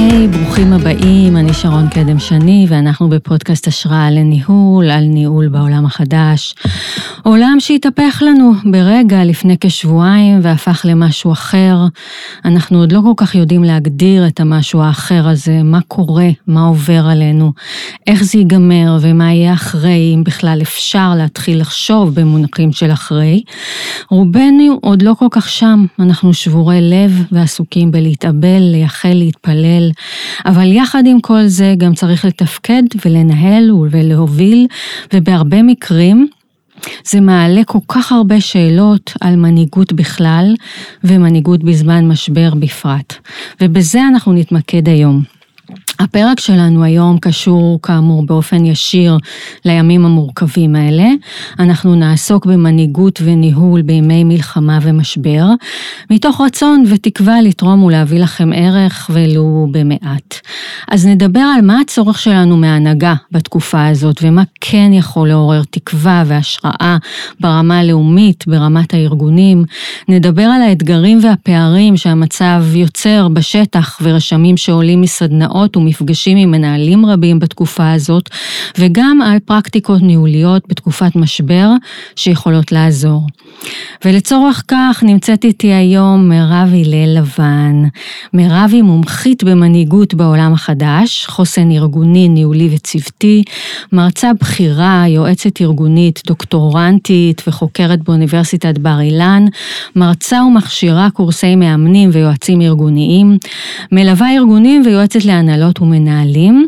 היי, ברוכים הבאים, אני שרון קדם שני, ואנחנו בפודקאסט השראה לניהול, על ניהול בעולם החדש. עולם שהתהפך לנו ברגע לפני כשבועיים והפך למשהו אחר. אנחנו עוד לא כל כך יודעים להגדיר את המשהו האחר הזה, מה קורה, מה עובר עלינו, איך זה ייגמר ומה יהיה אחרי, אם בכלל אפשר להתחיל לחשוב במונחים של אחרי. רובנו עוד לא כל כך שם, אנחנו שבורי לב ועסוקים בלהתאבל, לייחל, להתפלל, אבל יחד עם כל זה גם צריך לתפקד ולנהל ולהוביל, ובהרבה מקרים זה מעלה כל כך הרבה שאלות על מנהיגות בכלל ומנהיגות בזמן משבר בפרט, ובזה אנחנו נתמקד היום. הפרק שלנו היום קשור כאמור באופן ישיר לימים המורכבים האלה. אנחנו נעסוק במנהיגות וניהול בימי מלחמה ומשבר, מתוך רצון ותקווה לתרום ולהביא לכם ערך ולו במעט. אז נדבר על מה הצורך שלנו מהנהגה בתקופה הזאת, ומה כן יכול לעורר תקווה והשראה ברמה הלאומית, ברמת הארגונים. נדבר על האתגרים והפערים שהמצב יוצר בשטח ורשמים שעולים מסדנאות ומפגשים עם מנהלים רבים בתקופה הזאת, וגם על פרקטיקות ניהוליות בתקופת משבר שיכולות לעזור. ולצורך כך נמצאת איתי היום מירב הלל לבן. מירב היא מומחית במנהיגות בעולם החדש, חוסן ארגוני, ניהולי וצוותי, מרצה בחירה, יועצת ארגונית, דוקטורנטית וחוקרת באוניברסיטת בר אילן, מרצה ומכשירה קורסי מאמנים ויועצים ארגוניים, מלווה ארגונים ויועצת להנהלות ומנהלים.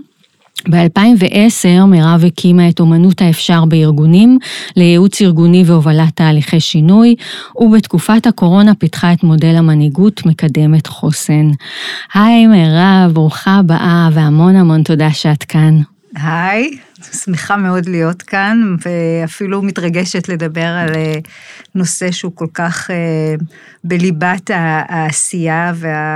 ב-2010 מירב הקימה את אומנות האפשר בארגונים לייעוץ ארגוני והובלת תהליכי שינוי, ובתקופת הקורונה פיתחה את מודל המנהיגות מקדמת חוסן. היי מירב, ברוכה הבאה והמון תודה שאת כאן. היי, שמחה מאוד להיות כאן, ואפילו מתרגשת לדבר על נושא שהוא כל כך בליבת העשייה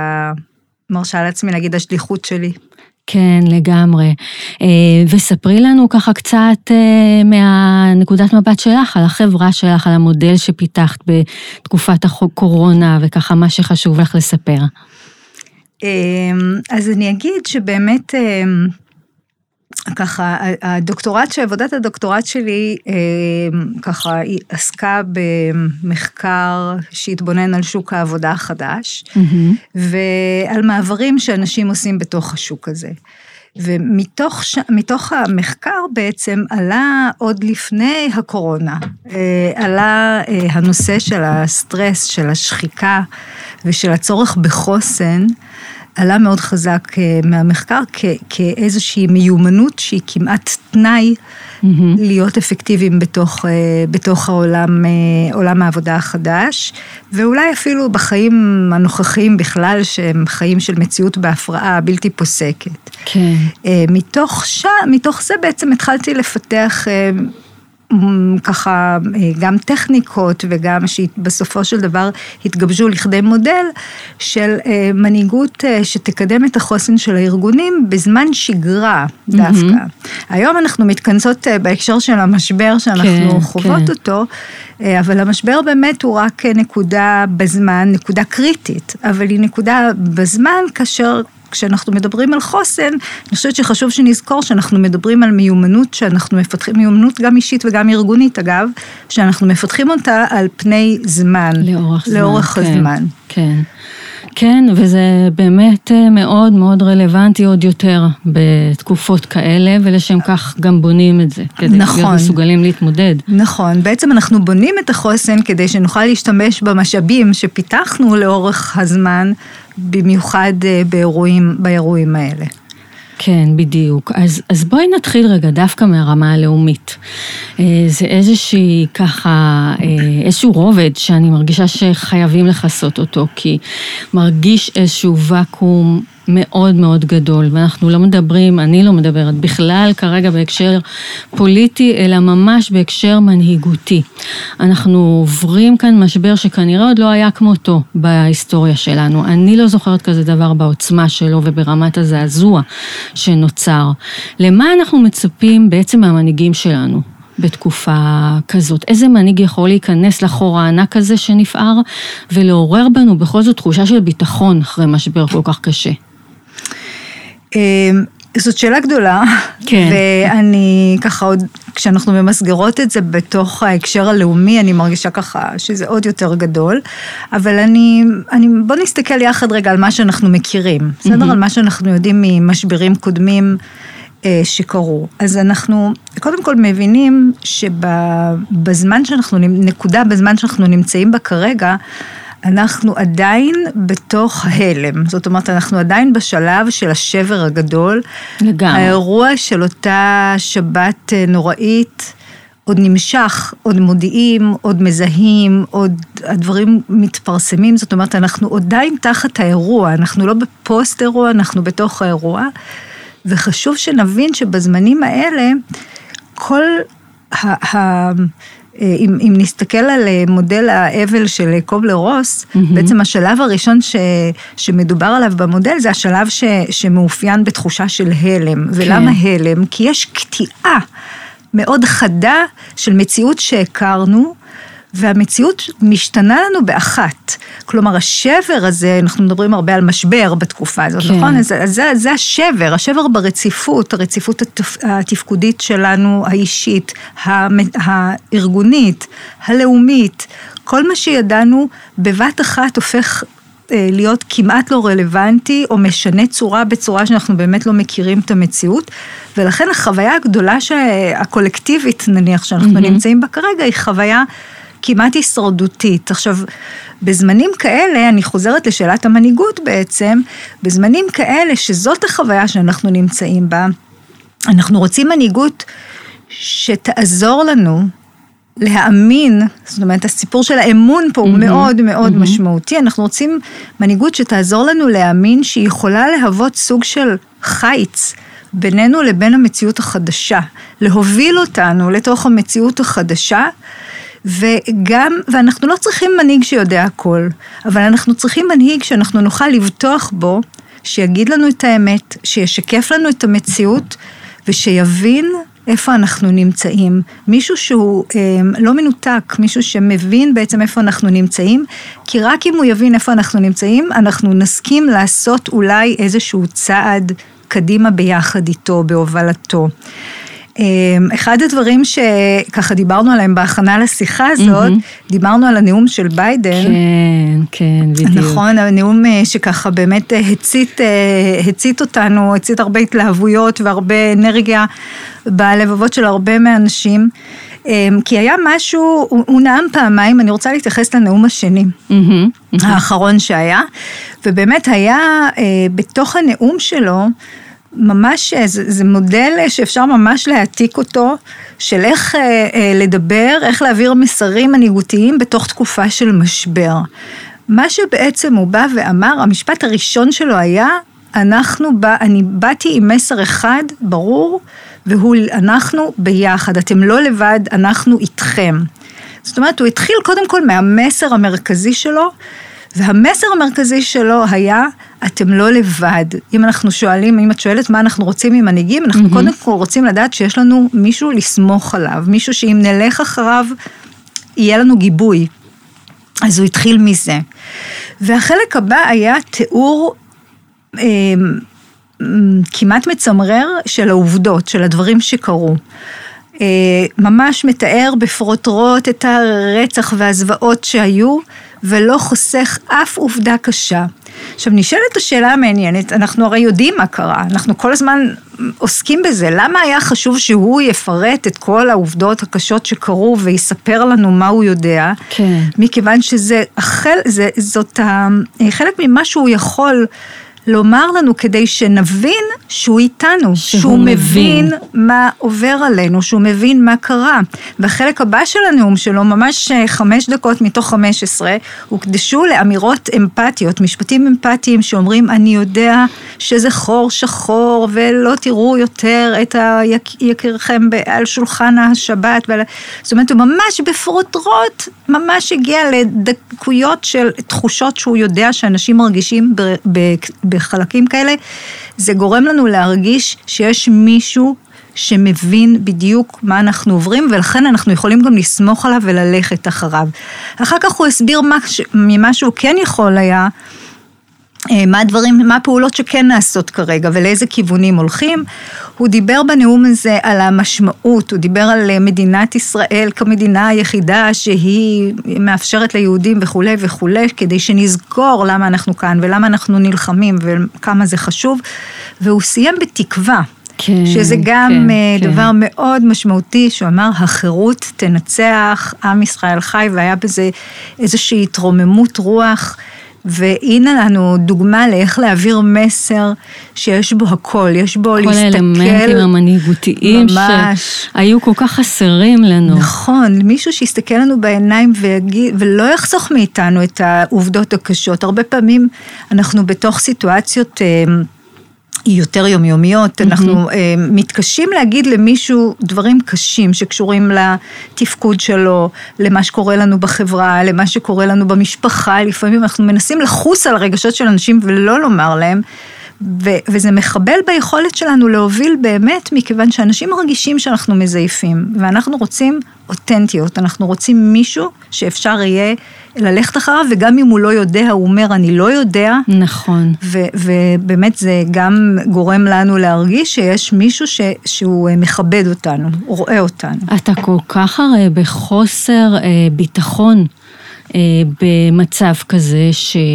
מרשה לעצמי להגיד השליחות שלי. כן, לגמרי. וספרי לנו ככה קצת מהנקודת מבט שלך, על החברה שלך, על המודל שפיתחת בתקופת הקורונה, וככה מה שחשוב לך לספר. אז אני אגיד שבאמת ככה, עבודת הדוקטורט שלי ככה היא עסקה במחקר שהתבונן על שוק העבודה החדש, ועל מעברים שאנשים עושים בתוך השוק הזה. ומתוך המחקר בעצם עלה עוד לפני הקורונה, עלה הנושא של הסטרס, של השחיקה ושל הצורך בחוסן, עלה מאוד חזק מהמחקר כאיזושהי מיומנות שהיא כמעט תנאי להיות אפקטיביים בתוך עולם העבודה החדש, ואולי אפילו בחיים הנוכחיים בכלל שהם חיים של מציאות בהפרעה בלתי פוסקת. כן. מתוך זה בעצם התחלתי לפתח ככה גם טכניקות וגם שבסופו של דבר התגבשו לכדי מודל של מנהיגות שתקדם את החוסן של הארגונים בזמן שגרה דווקא. היום אנחנו מתכנסות בהקשר של המשבר שאנחנו חוות אותו, אבל המשבר באמת הוא רק נקודה בזמן, נקודה קריטית, אבל היא נקודה בזמן כשאנחנו מדברים על חוסן, אני חושבת שחשוב שנזכור שאנחנו מדברים על מיומנות שאנחנו מפתחים, מיומנות גם אישית וגם ארגונית אגב, שאנחנו מפתחים אותה על פני זמן. לאורך הזמן. כן. כן, וזה באמת מאוד מאוד רלוונטי עוד יותר בתקופות כאלה, ולשם כך גם בונים את זה, כדי להיות מסוגלים להתמודד. נכון, בעצם אנחנו בונים את החוסן כדי שנוכל להשתמש במשאבים שפיתחנו לאורך הזמן, במיוחד באירועים האלה. כן, בדיוק. אז בואי נתחיל רגע דווקא מהרמה הלאומית. זה איזשהו רובד שאני מרגישה שחייבים לחסות אותו, כי מרגיש איזשהו ואקום מאוד מאוד גדול, ואנחנו לא מדברים, אני לא מדברת בכלל כרגע בהקשר פוליטי, אלא ממש בהקשר מנהיגותי. אנחנו עוברים כאן משבר שכנראה עוד לא היה כמותו בהיסטוריה שלנו. אני לא זוכרת כזה דבר בעוצמה שלו וברמת הזעזוע שנוצר. למה אנחנו מצפים בעצם מהמנהיגים שלנו בתקופה כזאת? איזה מנהיג יכול להיכנס לחור הענק הזה שנפער ולעורר בנו בכל זאת תחושה של ביטחון אחרי משבר כל כך קשה? זאת שאלה גדולה, כן. ואני ככה עוד, כשאנחנו ממסגרות את זה בתוך ההקשר הלאומי, אני מרגישה ככה שזה עוד יותר גדול, אבל בוא נסתכל יחד רגע על מה שאנחנו מכירים, בסדר? על מה שאנחנו יודעים ממשברים קודמים שקרו. אז אנחנו קודם כל מבינים שבזמן שאנחנו, נקודה בזמן שאנחנו נמצאים בה כרגע, אנחנו עדיין בתוך ההלם, זאת אומרת, אנחנו עדיין בשלב של השבר הגדול. לגמרי. האירוע של אותה שבת נוראית עוד נמשך, עוד מודיעים, עוד מזהים, עוד הדברים מתפרסמים, זאת אומרת, אנחנו עדיין תחת האירוע, אנחנו לא בפוסט אירוע, אנחנו בתוך האירוע, וחשוב שנבין שבזמנים האלה, כל אם נסתכל על מודל האבל של קובלר רוס, בעצם השלב הראשון שמדובר עליו במודל, זה השלב שמאופיין בתחושה של הלם. ולמה הלם? כי יש קטיעה מאוד חדה של מציאות שהכרנו, והמציאות משתנה לנו באחת. כלומר, השבר הזה, אנחנו מדברים הרבה על משבר בתקופה הזאת, נכון? זה השבר, השבר ברציפות, הרציפות התפקודית שלנו, האישית, הארגונית, הלאומית, כל מה שידענו בבת אחת הופך להיות כמעט לא רלוונטי, או משנה צורה בצורה שאנחנו באמת לא מכירים את המציאות, ולכן החוויה הגדולה הקולקטיבית, נניח, שאנחנו נמצאים בה כרגע, היא חוויה כמעט הישרדותית. עכשיו, בזמנים כאלה, אני חוזרת לשאלת המנהיגות בעצם, בזמנים כאלה שזאת החוויה שאנחנו נמצאים בה, אנחנו רוצים מנהיגות שתעזור לנו להאמין, זאת אומרת, הסיפור של האמון פה הוא מאוד מאוד משמעותי, אנחנו רוצים מנהיגות שתעזור לנו להאמין שהיא יכולה להוות סוג של חיץ, בינינו לבין המציאות החדשה, להוביל אותנו לתוך המציאות החדשה, ואנחנו לא צריכים מנהיג שיודע הכל, אבל אנחנו צריכים מנהיג שאנחנו נוכל לבטוח בו, שיגיד לנו את האמת, שישקף לנו את המציאות, ושיבין איפה אנחנו נמצאים. מישהו שהוא לא מנותק, מישהו שמבין בעצם איפה אנחנו נמצאים, כי רק אם הוא יבין איפה אנחנו נמצאים, אנחנו נסכים לעשות אולי איזשהו צעד קדימה ביחד איתו, בהובלתו. אחד הדברים שככה דיברנו עליהם בהכנה לשיחה הזאת, דיברנו על הנאום של ביידן. כן, בדיוק. נכון, הנאום שככה באמת הצית אותנו, הצית הרבה התלהבויות והרבה אנרגיה בלבבות של הרבה מהאנשים, כי היה משהו, הוא נאם פעמיים, אני רוצה להתייחס לנאום השני, האחרון שהיה, ובאמת היה בתוך הנאום שלו, ממש, זה מודל שאפשר ממש להעתיק אותו, של איך לדבר, איך להעביר מסרים מנהיגותיים בתוך תקופה של משבר. מה שבעצם הוא בא ואמר, המשפט הראשון שלו היה, אני באתי עם מסר אחד, ברור, אנחנו ביחד, אתם לא לבד, אנחנו איתכם. זאת אומרת, הוא התחיל קודם כל מהמסר המרכזי שלו, והמסר המרכזי שלו היה, אתם לא לבד. אם אנחנו שואלים, אם את שואלת מה אנחנו רוצים ממנהיגים, אנחנו קודם כל רוצים לדעת שיש לנו מישהו לסמוך עליו, מישהו שאם נלך אחריו, יהיה לנו גיבוי. אז הוא התחיל מזה. והחלק הבא היה תיאור כמעט מצמרר של העובדות, של הדברים שקרו. ממש מתאר בפרוטרוט את הרצח והזוועות שהיו, ולא חוסך אף עובדה קשה. עכשיו נשאלת השאלה המעניינת, אנחנו הרי יודעים מה קרה, אנחנו כל הזמן עוסקים בזה, למה היה חשוב שהוא יפרט את כל העובדות הקשות שקרו, ויספר לנו מה הוא יודע, כן. מכיוון זאת חלק ממה שהוא יכול לומר לנו כדי שנבין שהוא איתנו, שהוא מבין מה עובר עלינו, שהוא מבין מה קרה. והחלק הבא של הנאום שלו, ממש 5 דקות מתוך 15, הוקדשו לאמירות אמפתיות, משפטים אמפתיים שאומרים, אני יודע שזה חור שחור, ולא תראו יותר את יקירכם על שולחן השבת. זאת אומרת, הוא ממש בפרוטרוט, ממש הגיע לדקויות של תחושות שהוא יודע שאנשים מרגישים בחלקים כאלה, זה גורם לנו להרגיש שיש מישהו שמבין בדיוק מה אנחנו עוברים, ולכן אנחנו יכולים גם לסמוך עליו וללכת אחריו. אחר כך הוא הסביר ממה שהוא כן יכול היה מה הפעולות שכן נעשות כרגע ולאיזה כיוונים הולכים. הוא דיבר בנאום הזה על המשמעות, הוא דיבר על מדינת ישראל כמדינה היחידה שהיא מאפשרת ליהודים וכו' וכו', כדי שנזכור למה אנחנו כאן ולמה אנחנו נלחמים וכמה זה חשוב, והוא סיים בתקווה. כן, שזה גם דבר מאוד משמעותי, שהוא אמר, החירות תנצח, עם ישראל חי, והיה בזה איזושהי התרוממות רוח, והנה לנו דוגמה לאיך להעביר מסר שיש בו הכל, יש בו להסתכל. כל האלמנטים המנהיגותיים שהיו כל כך חסרים לנו. נכון, מישהו שיסתכל לנו בעיניים ויגיד, ולא יחסוך מאיתנו את העובדות הקשות. הרבה פעמים אנחנו בתוך סיטואציות יותר יומיומיות, אנחנו מתקשים להגיד למישהו דברים קשים שקשורים לתפקוד שלו, למה שקורה לנו בחברה, למה שקורה לנו במשפחה, לפעמים אנחנו מנסים לחוס על הרגשות של אנשים ולא לומר להם, וזה מחבל ביכולת שלנו להוביל באמת, מכיוון שאנשים מרגישים שאנחנו מזייפים, ואנחנו רוצים אותנטיות, אנחנו רוצים מישהו שאפשר יהיה ללכת אחריו, וגם אם הוא לא יודע, הוא אומר, אני לא יודע. נכון. ובאמת זה גם גורם לנו להרגיש שיש מישהו שהוא מכבד אותנו, הוא רואה אותנו. אתה כל כך הרי בחוסר ביטחון, במצב כזה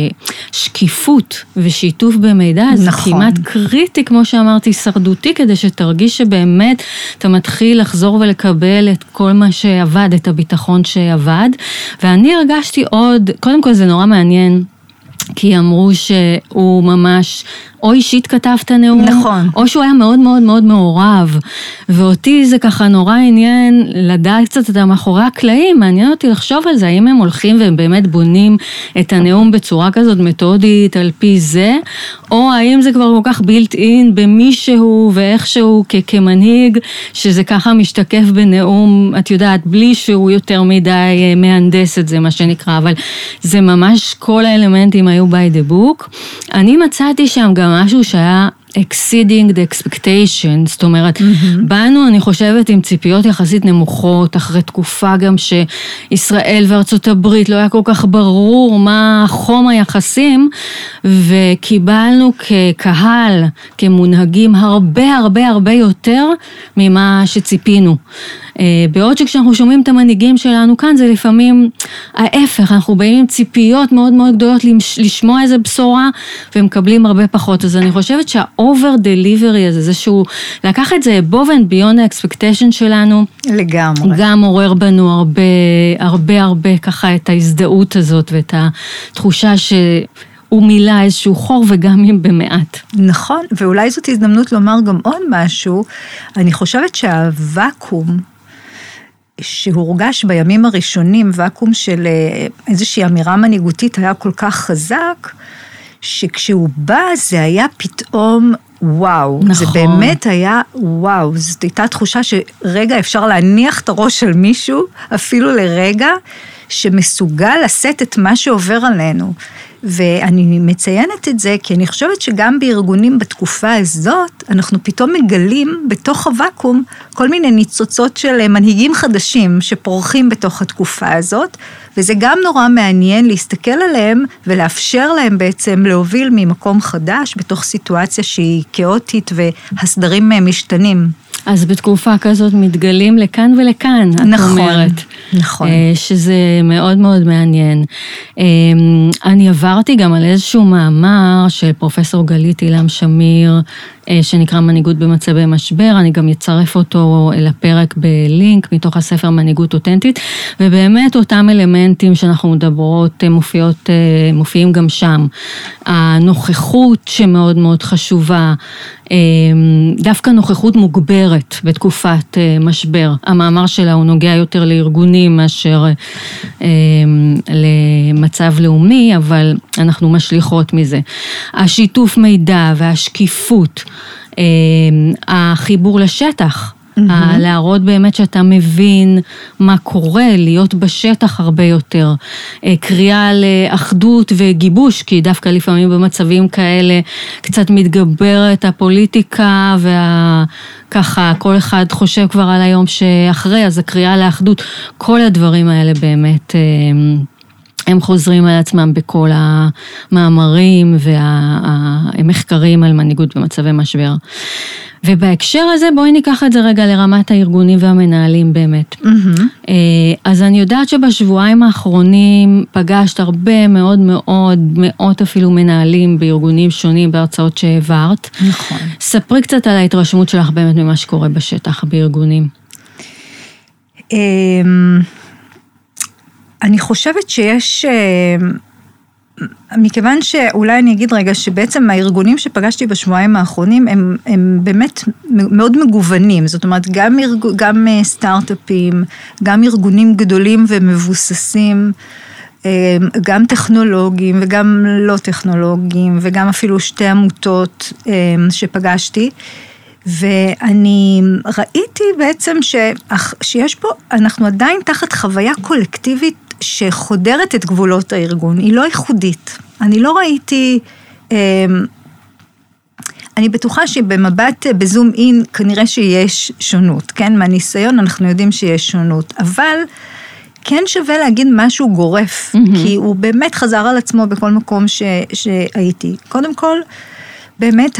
ששקיפות ושיתוף במידע זה כמעט קריטי, כמו שאמרתי, שרדותי, כדי שתרגיש שבאמת אתה מתחיל לחזור ולקבל את כל מה שעבד, את הביטחון שעבד. ואני הרגשתי עוד, קודם כל זה נורא מעניין, כי אמרו שהוא ממש או אישית כתב את הנאום, נכון. או שהוא היה מאוד מאוד מאוד מעורב, ואותי זה ככה נורא עניין לדעת קצת את המאחורי הקלעים, מעניין אותי לחשוב על זה, האם הם הולכים והם באמת בונים את הנאום בצורה כזאת מתודית על פי זה, או האם זה כבר כל כך בילט אין במישהו ואיכשהו כמנהיג, שזה ככה משתקף בנאום, את יודעת, בלי שהוא יותר מדי מהנדס את זה, מה שנקרא, אבל זה ממש כל האלמנטים היו by the book. אני מצאתי שם גם משהו שהיה exceeding the expectations, זאת אומרת, באנו, אני חושבת, עם ציפיות יחסית נמוכות, אחרי תקופה גם שישראל וארצות הברית לא היה כל כך ברור מה חום היחסים, וקיבלנו כקהל, כמונהגים, הרבה הרבה הרבה יותר ממה שציפינו. בעוד שכשאנחנו שומעים את המנהיגים שלנו כאן, זה לפעמים ההפך, אנחנו באים עם ציפיות מאוד מאוד גדולות לשמוע איזה בשורה, ומקבלים הרבה פחות. אז אני חושבת שה-over delivery הזה, זה שהוא לקח את זה above and beyond the expectation שלנו, לגמרי. גם עורר בנו הרבה, הרבה, הרבה ככה את ההזדהות הזאת, ואת התחושה הוא מילא איזשהו חור וגם אם במעט. נכון, ואולי זאת הזדמנות לומר גם עוד משהו, אני חושבת שהוואקום, שהורגש בימים הראשונים, ואקום של איזושהי אמירה מנהיגותית היה כל כך חזק, שכשהוא בא זה היה פתאום וואו. נכון. זה באמת היה וואו, זאת הייתה תחושה שרגע אפשר להניח את הראש של מישהו, אפילו לרגע, שמסוגל לשאת את מה שעובר עלינו. ואני מציינת את זה, כי אני חושבת שגם בארגונים בתקופה הזאת, אנחנו פתאום מגלים בתוך הוואקום, כל מיני ניצוצות של מנהיגים חדשים, שפורחים בתוך התקופה הזאת, וזה גם נורא מעניין להסתכל עליהם, ולאפשר להם בעצם להוביל ממקום חדש, בתוך סיטואציה שהיא כאוטית, והסדרים משתנים. אז בתקופה כזאת מתגלים לכאן ולכאן, את אומרת. נכון. שזה מאוד מאוד מעניין. אני עברתי גם על איזשהו מאמר של פרופסור גלית אילם שמיר, שנקרא מנהיגות במצבי משבר, אני גם אצרף אותו לפרק בלינק מתוך הספר מנהיגות אותנטית, ובאמת אותם אלמנטים שאנחנו מדברות מופיעים גם שם. הנוכחות שמאוד מאוד חשובה, דווקא נוכחות מוגברת בתקופת משבר. המאמר שלה הוא נוגע יותר לארגונים מאשר למצב לאומי, אבל אנחנו משליחות מזה. השיתוף מידע והשקיפות, החיבור לשטח, להראות באמת שאתה מבין מה קורה, להיות בשטח הרבה יותר, קריאה לאחדות וגיבוש, כי דווקא לפעמים במצבים כאלה קצת מתגברת הפוליטיקה, וככה כל אחד חושב כבר על היום שאחרי, אז הקריאה לאחדות, כל הדברים האלה באמת הם חוזרים על עצמם בכל המאמרים והמחקרים על מנהיגות במצבי משבר. ובהקשר הזה בואי ניקח את זה רגע לרמת הארגונים והמנהלים באמת. אז אני יודעת שבשבועיים האחרונים פגשת הרבה מאוד מאוד מאות אפילו מנהלים בארגונים שונים בהרצאות שהעברת. נכון. ספרי קצת על ההתרשמות שלך באמת ממה שקורה בשטח בארגונים. אני חושבת שיש, מכיוון שאולי אני אגיד רגע שבעצם הארגונים שפגשתי בשבועיים האחרונים הם באמת מאוד מגוונים, זאת אומרת גם סטארט-אפים, גם ארגונים גדולים ומבוססים, גם טכנולוגיים וגם לא טכנולוגיים וגם אפילו שתי עמותות שפגשתי, ואני ראיתי בעצם שיש פה, אנחנו עדיין תחת חוויה קולקטיבית שחודרת את גבולות הארגון, היא לא ייחודית. אני לא ראיתי, אני בטוחה שבמבט בזום אין כנראה שיש שונות, כן? מהניסיון אנחנו יודעים שיש שונות, אבל כן שווה להגיד משהו גורף, כי הוא באמת חזר על עצמו בכל מקום שהייתי. קודם כל, באמת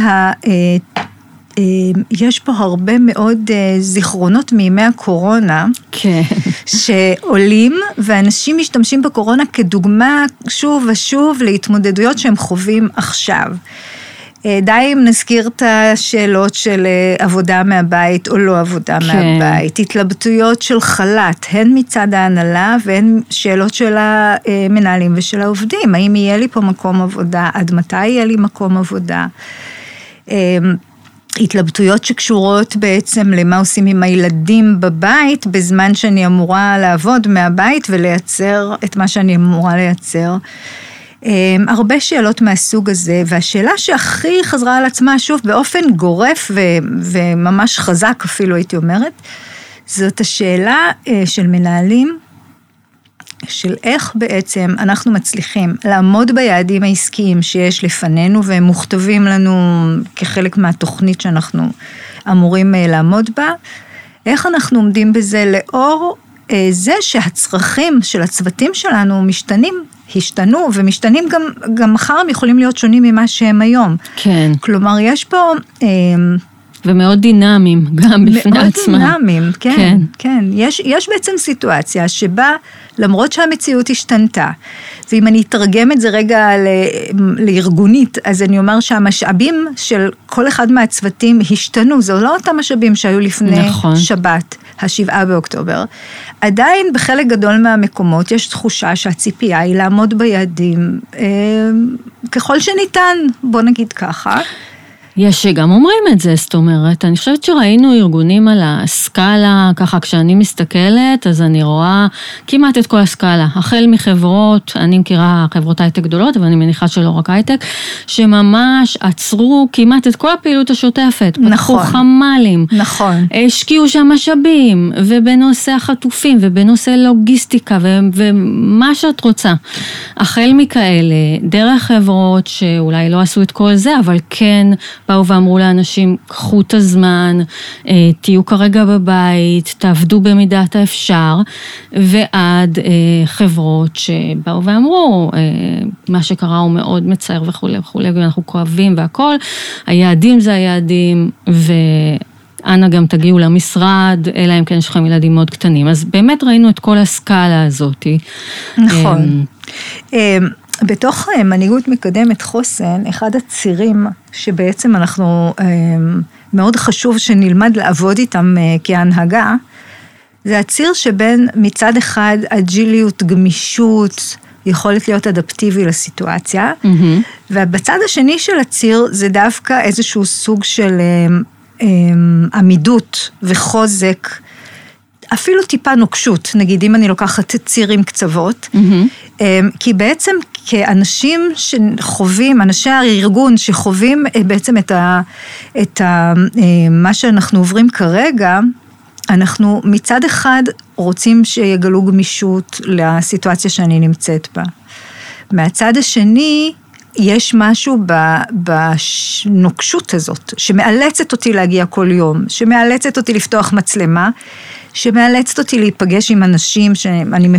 יש פה הרבה מאוד זיכרונות מימי הקורונה, כן. שעולים, ואנשים משתמשים בקורונה כדוגמה שוב ושוב להתמודדויות שהם חווים עכשיו. די אם נזכיר את השאלות של עבודה מהבית או לא עבודה מהבית, התלבטויות של חל"ת, הן מצד ההנהלה והן שאלות של המנהלים ושל העובדים, האם יהיה לי פה מקום עבודה, עד מתי יהיה לי מקום עבודה, התלבטויות שקשורות בעצם למה עושים עם הילדים בבית, בזמן שאני אמורה לעבוד מהבית ולייצר את מה שאני אמורה לייצר. הרבה שאלות מהסוג הזה, והשאלה שהכי חזרה על עצמה שוב באופן גורף וממש חזק אפילו הייתי אומרת, זאת השאלה של מנהלים, של איך בעצם אנחנו מצליחים לעמוד ביעדים העסקיים שיש לפנינו, והם מוכתבים לנו כחלק מהתוכנית שאנחנו אמורים לעמוד בה, איך אנחנו עומדים בזה לאור זה שהצרכים של הצוותים שלנו השתנו ומשתנים גם מחר הם יכולים להיות שונים ממה שהם היום. כן. כלומר, יש פה ומאוד דינמיים גם בפני עצמם. מאוד דינמיים, כן, כן. יש בעצם סיטואציה שבה, למרות שהמציאות השתנתה, ואם אני אתרגם את זה רגע לארגונית, אז אני אומר שהמשאבים של כל אחד מהצוותים השתנו, זה לא אותם משאבים שהיו לפני שבת, ה7 באוקטובר. עדיין בחלק גדול מהמקומות יש תחושה שהציפייה היא לעמוד ביעדים, ככל שניתן, בוא נגיד ככה. יש שגם אומרים את זה, זאת אומרת, אני חושבת שראינו ארגונים על הסקאלה, ככה כשאני מסתכלת, אז אני רואה כמעט את כל הסקאלה, החל מחברות, אני מכירה חברות הייטק גדולות, אבל אני מניחה שלא רק הייטק, שממש עצרו כמעט את כל הפעילות השוטפת, פתחו חמלים, השקיעו שם משאבים, ובנושא החטופים, ובנושא לוגיסטיקה, ומה שאת רוצה. החל מכאלה, דרך חברות שאולי לא עשו את כל זה, אבל כן באו ואמרו לאנשים, קחו את הזמן, תהיו כרגע בבית, תעבדו במידת האפשר, ועד חברות שבאו ואמרו, מה שקרה הוא מאוד מצער וכו' וכו', ואנחנו כואבים והכל, היעדים זה היעדים, ואנה גם תגיעו למשרד, אלא אם כן יש לכם ילדים מאוד קטנים. אז באמת ראינו את כל הסקאלה הזאת. נכון. בתוך מנהיגות מקדמת חוסן, אחד הצירים שבעצם אנחנו, מאוד חשוב שנלמד לעבוד איתם כהנהגה, זה הציר שבין מצד אחד אג'יליות, גמישות, יכולת להיות אדפטיבי לסיטואציה, ובצד השני של הציר זה דווקא איזשהו סוג של עמידות וחוזק, אפילו טיפה נוקשות, נגיד אם אני לוקחת צירים קצוות, כי בעצם כאנשים שחווים, אנשי הארגון שחווים בעצם את מה שאנחנו עוברים כרגע, אנחנו מצד אחד רוצים שיגלו גמישות לסיטואציה שאני נמצאת בה. מהצד השני, יש משהו בנוקשות הזאת, שמאלצת אותי להגיע כל יום, שמאלצת אותי לפתוח מצלמה, שמאלצת אותי להיפגש עם אנשים שאני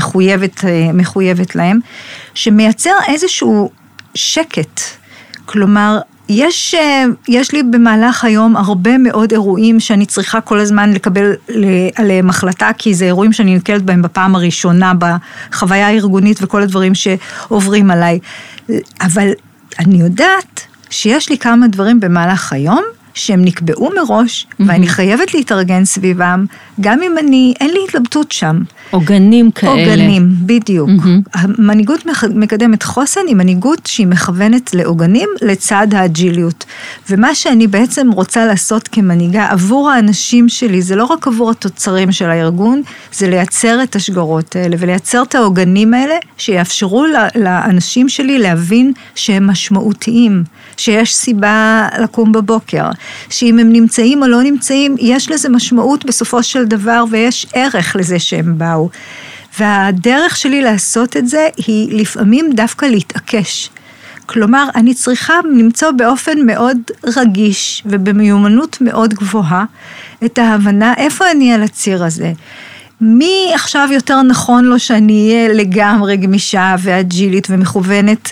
מחויבת להם, שמייצר איזשהו שקט. כלומר, יש לי במהלך היום הרבה מאוד אירועים שאני צריכה כל הזמן לקבל עליהם החלטה, כי זה אירועים שאני נתקלת בהם בפעם הראשונה, בחוויה הארגונית וכל הדברים שעוברים עליי. אבל אני יודעת שיש לי כמה דברים במהלך היום, שהם נקבעו מראש, ואני חייבת להתארגן סביבם, גם אם אין לי התלבטות שם. עוגנים כאלה. עוגנים, בדיוק. המנהיגות מקדמת חוסן, היא מנהיגות שהיא מכוונת לעוגנים, לצד האג'יליות. ומה שאני בעצם רוצה לעשות כמנהיגה עבור האנשים שלי, זה לא רק עבור התוצרים של הארגון, זה לייצר את השגרות האלה, ולייצר את העוגנים האלה, שיאפשרו לאנשים שלי להבין שהם משמעותיים, שיש סיבה לקום בבוקר, שאם הם נמצאים או לא נמצאים, יש לזה משמעות בסופו של דבר, ויש ערך לזה שהם באו. והדרך שלי לעשות את זה, היא לפעמים דווקא להתעקש. כלומר, אני צריכה למצוא באופן מאוד רגיש, ובמיומנות מאוד גבוהה, את ההבנה איפה אני על הציר הזה. מי עכשיו יותר נכון לו שאני אהיה לגמרי גמישה ואג'ילית ומכוונת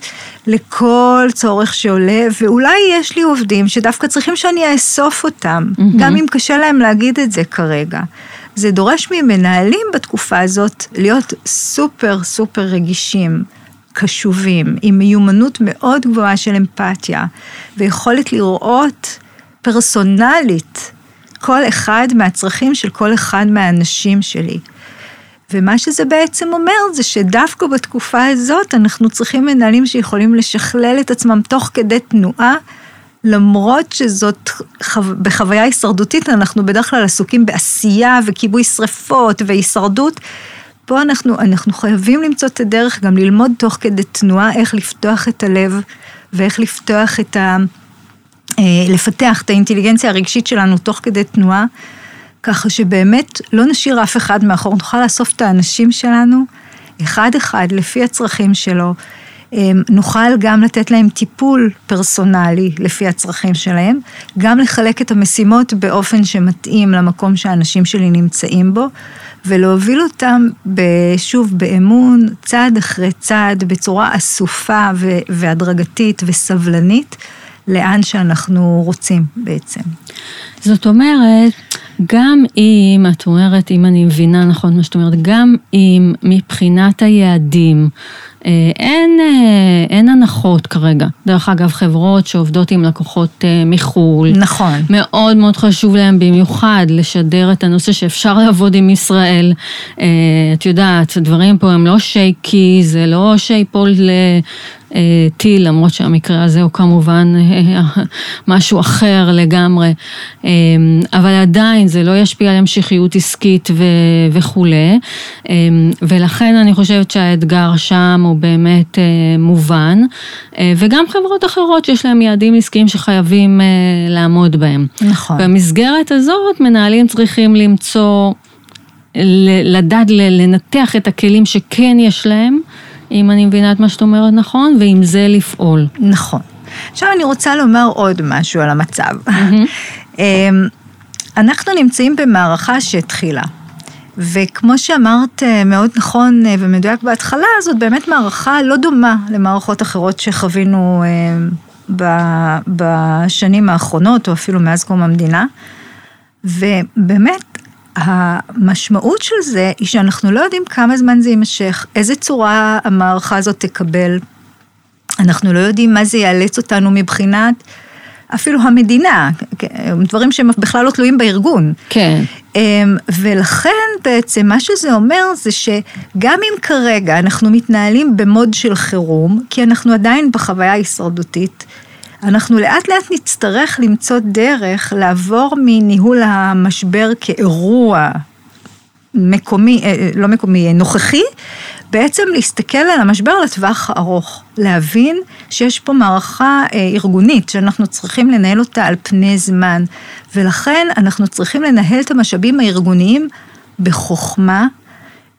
לכל צורך שעולה, ואולי יש לי עובדים שדווקא צריכים שאני אאסוף אותם, גם אם קשה להם להגיד את זה כרגע. זה דורש ממנהלים בתקופה הזאת להיות סופר סופר רגישים, קשובים, עם מיומנות מאוד גבוהה של אמפתיה, ויכולת לראות פרסונלית, כל אחד מהצרכים של כל אחד מהאנשים שלי. ומה שזה בעצם אומר, זה שדווקא בתקופה הזאת, אנחנו צריכים מנהלים שיכולים לשכלל את עצמם תוך כדי תנועה, למרות שזאת בחוויה הישרדותית, אנחנו בדרך כלל עסוקים בעשייה וכיבוי שריפות והישרדות, פה אנחנו חייבים למצוא את הדרך, גם ללמוד תוך כדי תנועה, איך לפתוח את הלב, ואיך לפתוח לפתח את האינטליגנציה הרגשית שלנו תוך כדי תנועה, ככה שבאמת לא נשאיר אף אחד מאחור, נוכל לאסוף את האנשים שלנו, אחד לפי הצרכים שלו, נוכל גם לתת להם טיפול פרסונלי לפי הצרכים שלהם, גם לחלק את המשימות באופן שמתאים למקום שהאנשים שלי נמצאים בו, ולהוביל אותם שוב באמון, צעד אחרי צעד, בצורה אסופה והדרגתית וסבלנית, לאן שאנחנו רוצים בעצם. זאת אומרת, גם אם, את אומרת, אם אני מבינה נכון מה שאת אומרת, גם אם מבחינת היעדים, אין הנחות כרגע. דרך אגב, חברות שעובדות עם לקוחות מחול. נכון. מאוד מאוד חשוב להם במיוחד לשדר את הנושא שאפשר לעבוד עם ישראל. את יודעת, דברים פה הם לא שייקי, זה לא שיפול טיל, למרות שהמקרה הזה הוא כמובן משהו אחר לגמרי. אבל עדיין זה לא ישפיע על המשכיות עסקית וכו'. ולכן אני חושבת שהאתגר שם הוא באמת מובן, וגם חברות אחרות שיש להם יעדים עסקיים שחייבים לעמוד בהם. נכון. במסגרת הזאת מנהלים צריכים למצוא, לדעת לנתח את הכלים שכן יש להם, אם אני מבינה את מה שאת אומרת נכון, ועם זה לפעול. נכון. עכשיו אני רוצה לומר עוד משהו על המצב. אנחנו נמצאים במערכה שהתחילה. וכמו שאמרת מאוד נכון ומדויק בהתחלה, זאת באמת מערכה לא דומה למערכות אחרות שחווינו בשנים האחרונות, או אפילו מאז קום המדינה. ובאמת, המשמעות של זה היא שאנחנו לא יודעים כמה זמן זה יימשך, איזה צורה המערכה הזאת תקבל. אנחנו לא יודעים מה זה יאלץ אותנו מבחינת אפילו המדינה, דברים שהם בכלל לא תלויים בארגון. כן. ולכן בעצם מה שזה אומר זה שגם אם כרגע אנחנו מתנהלים במוד של חירום, כי אנחנו עדיין בחוויה הישרדותית, אנחנו לאט לאט נצטרך למצוא דרך לעבור מניהול המשבר כאירוע מקומי, לא מקומי, נוכחי, בעצם להסתכל על המשבר לטווח ארוך, להבין שיש פה מערכה ארגונית שאנחנו צריכים לנהל אותה על פני זמן, ולכן אנחנו צריכים לנהל את המשאבים הארגוניים בחוכמה,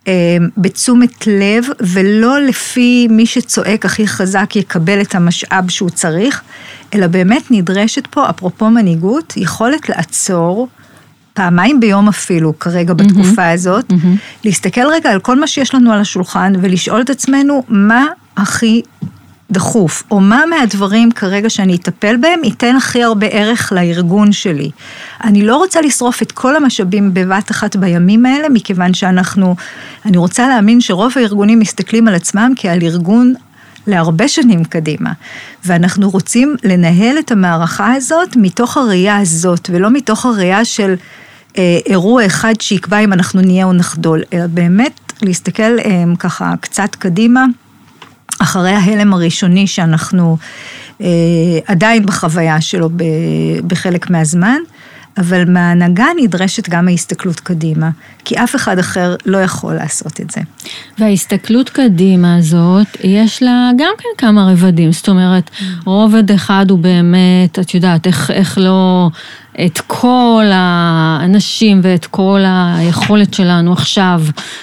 בתשומת לב, ולא לפי מי שצועק הכי חזק יקבל את המשאב שהוא צריך, אלא באמת נדרשת פה, אפרופו מנהיגות, יכולת לעצור, פעמיים ביום אפילו, כרגע בתקופה הזאת, להסתכל רגע על כל מה שיש לנו על השולחן, ולשאול את עצמנו, מה הכי דחוף, או מה מהדברים כרגע שאני אטפל בהם, ייתן הכי הרבה ערך לארגון שלי. אני לא רוצה לשרוף את כל המשאבים בבת אחת בימים האלה, מכיוון אני רוצה להאמין שרוב הארגונים מסתכלים על עצמם כעל ארגון להרבה שנים קדימה, ואנחנו רוצים לנהל את המערכה הזאת מתוך הראייה הזאת, ולא מתוך הראייה של אירוע אחד שיקבע אם אנחנו נהיה או נחדול, אלא באמת להסתכל ככה קצת קדימה, אחרי ההלם הראשוני שאנחנו עדיין בחוויה שלו בחלק מהזמן, אבל מההנהגה נדרשת גם ההסתכלות קדימה, כי אף אחד אחר לא יכול לעשות את זה. וההסתכלות קדימה הזאת, יש לה גם כן כמה רבדים, זאת אומרת, רובד אחד הוא באמת, את יודעת, איך לא את כל האנשים ואת כל היכולת שלנו עכשיו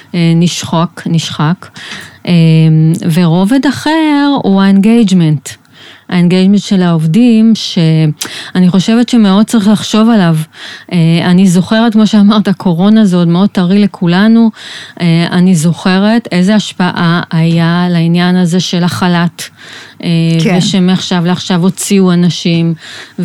נשחק, ורובד אחר הוא האנגייג'מנט. האנגייג'מנט של העובדים, שאני חושבת שמאוד צריך לחשוב עליו. אני זוכרת, כמו שאמרת, הקורונה זה עוד מאוד טרי לכולנו, אני זוכרת איזה השפעה היה לעניין הזה של החל"ת, כן. ושמעכשיו לעכשיו הוציאו אנשים,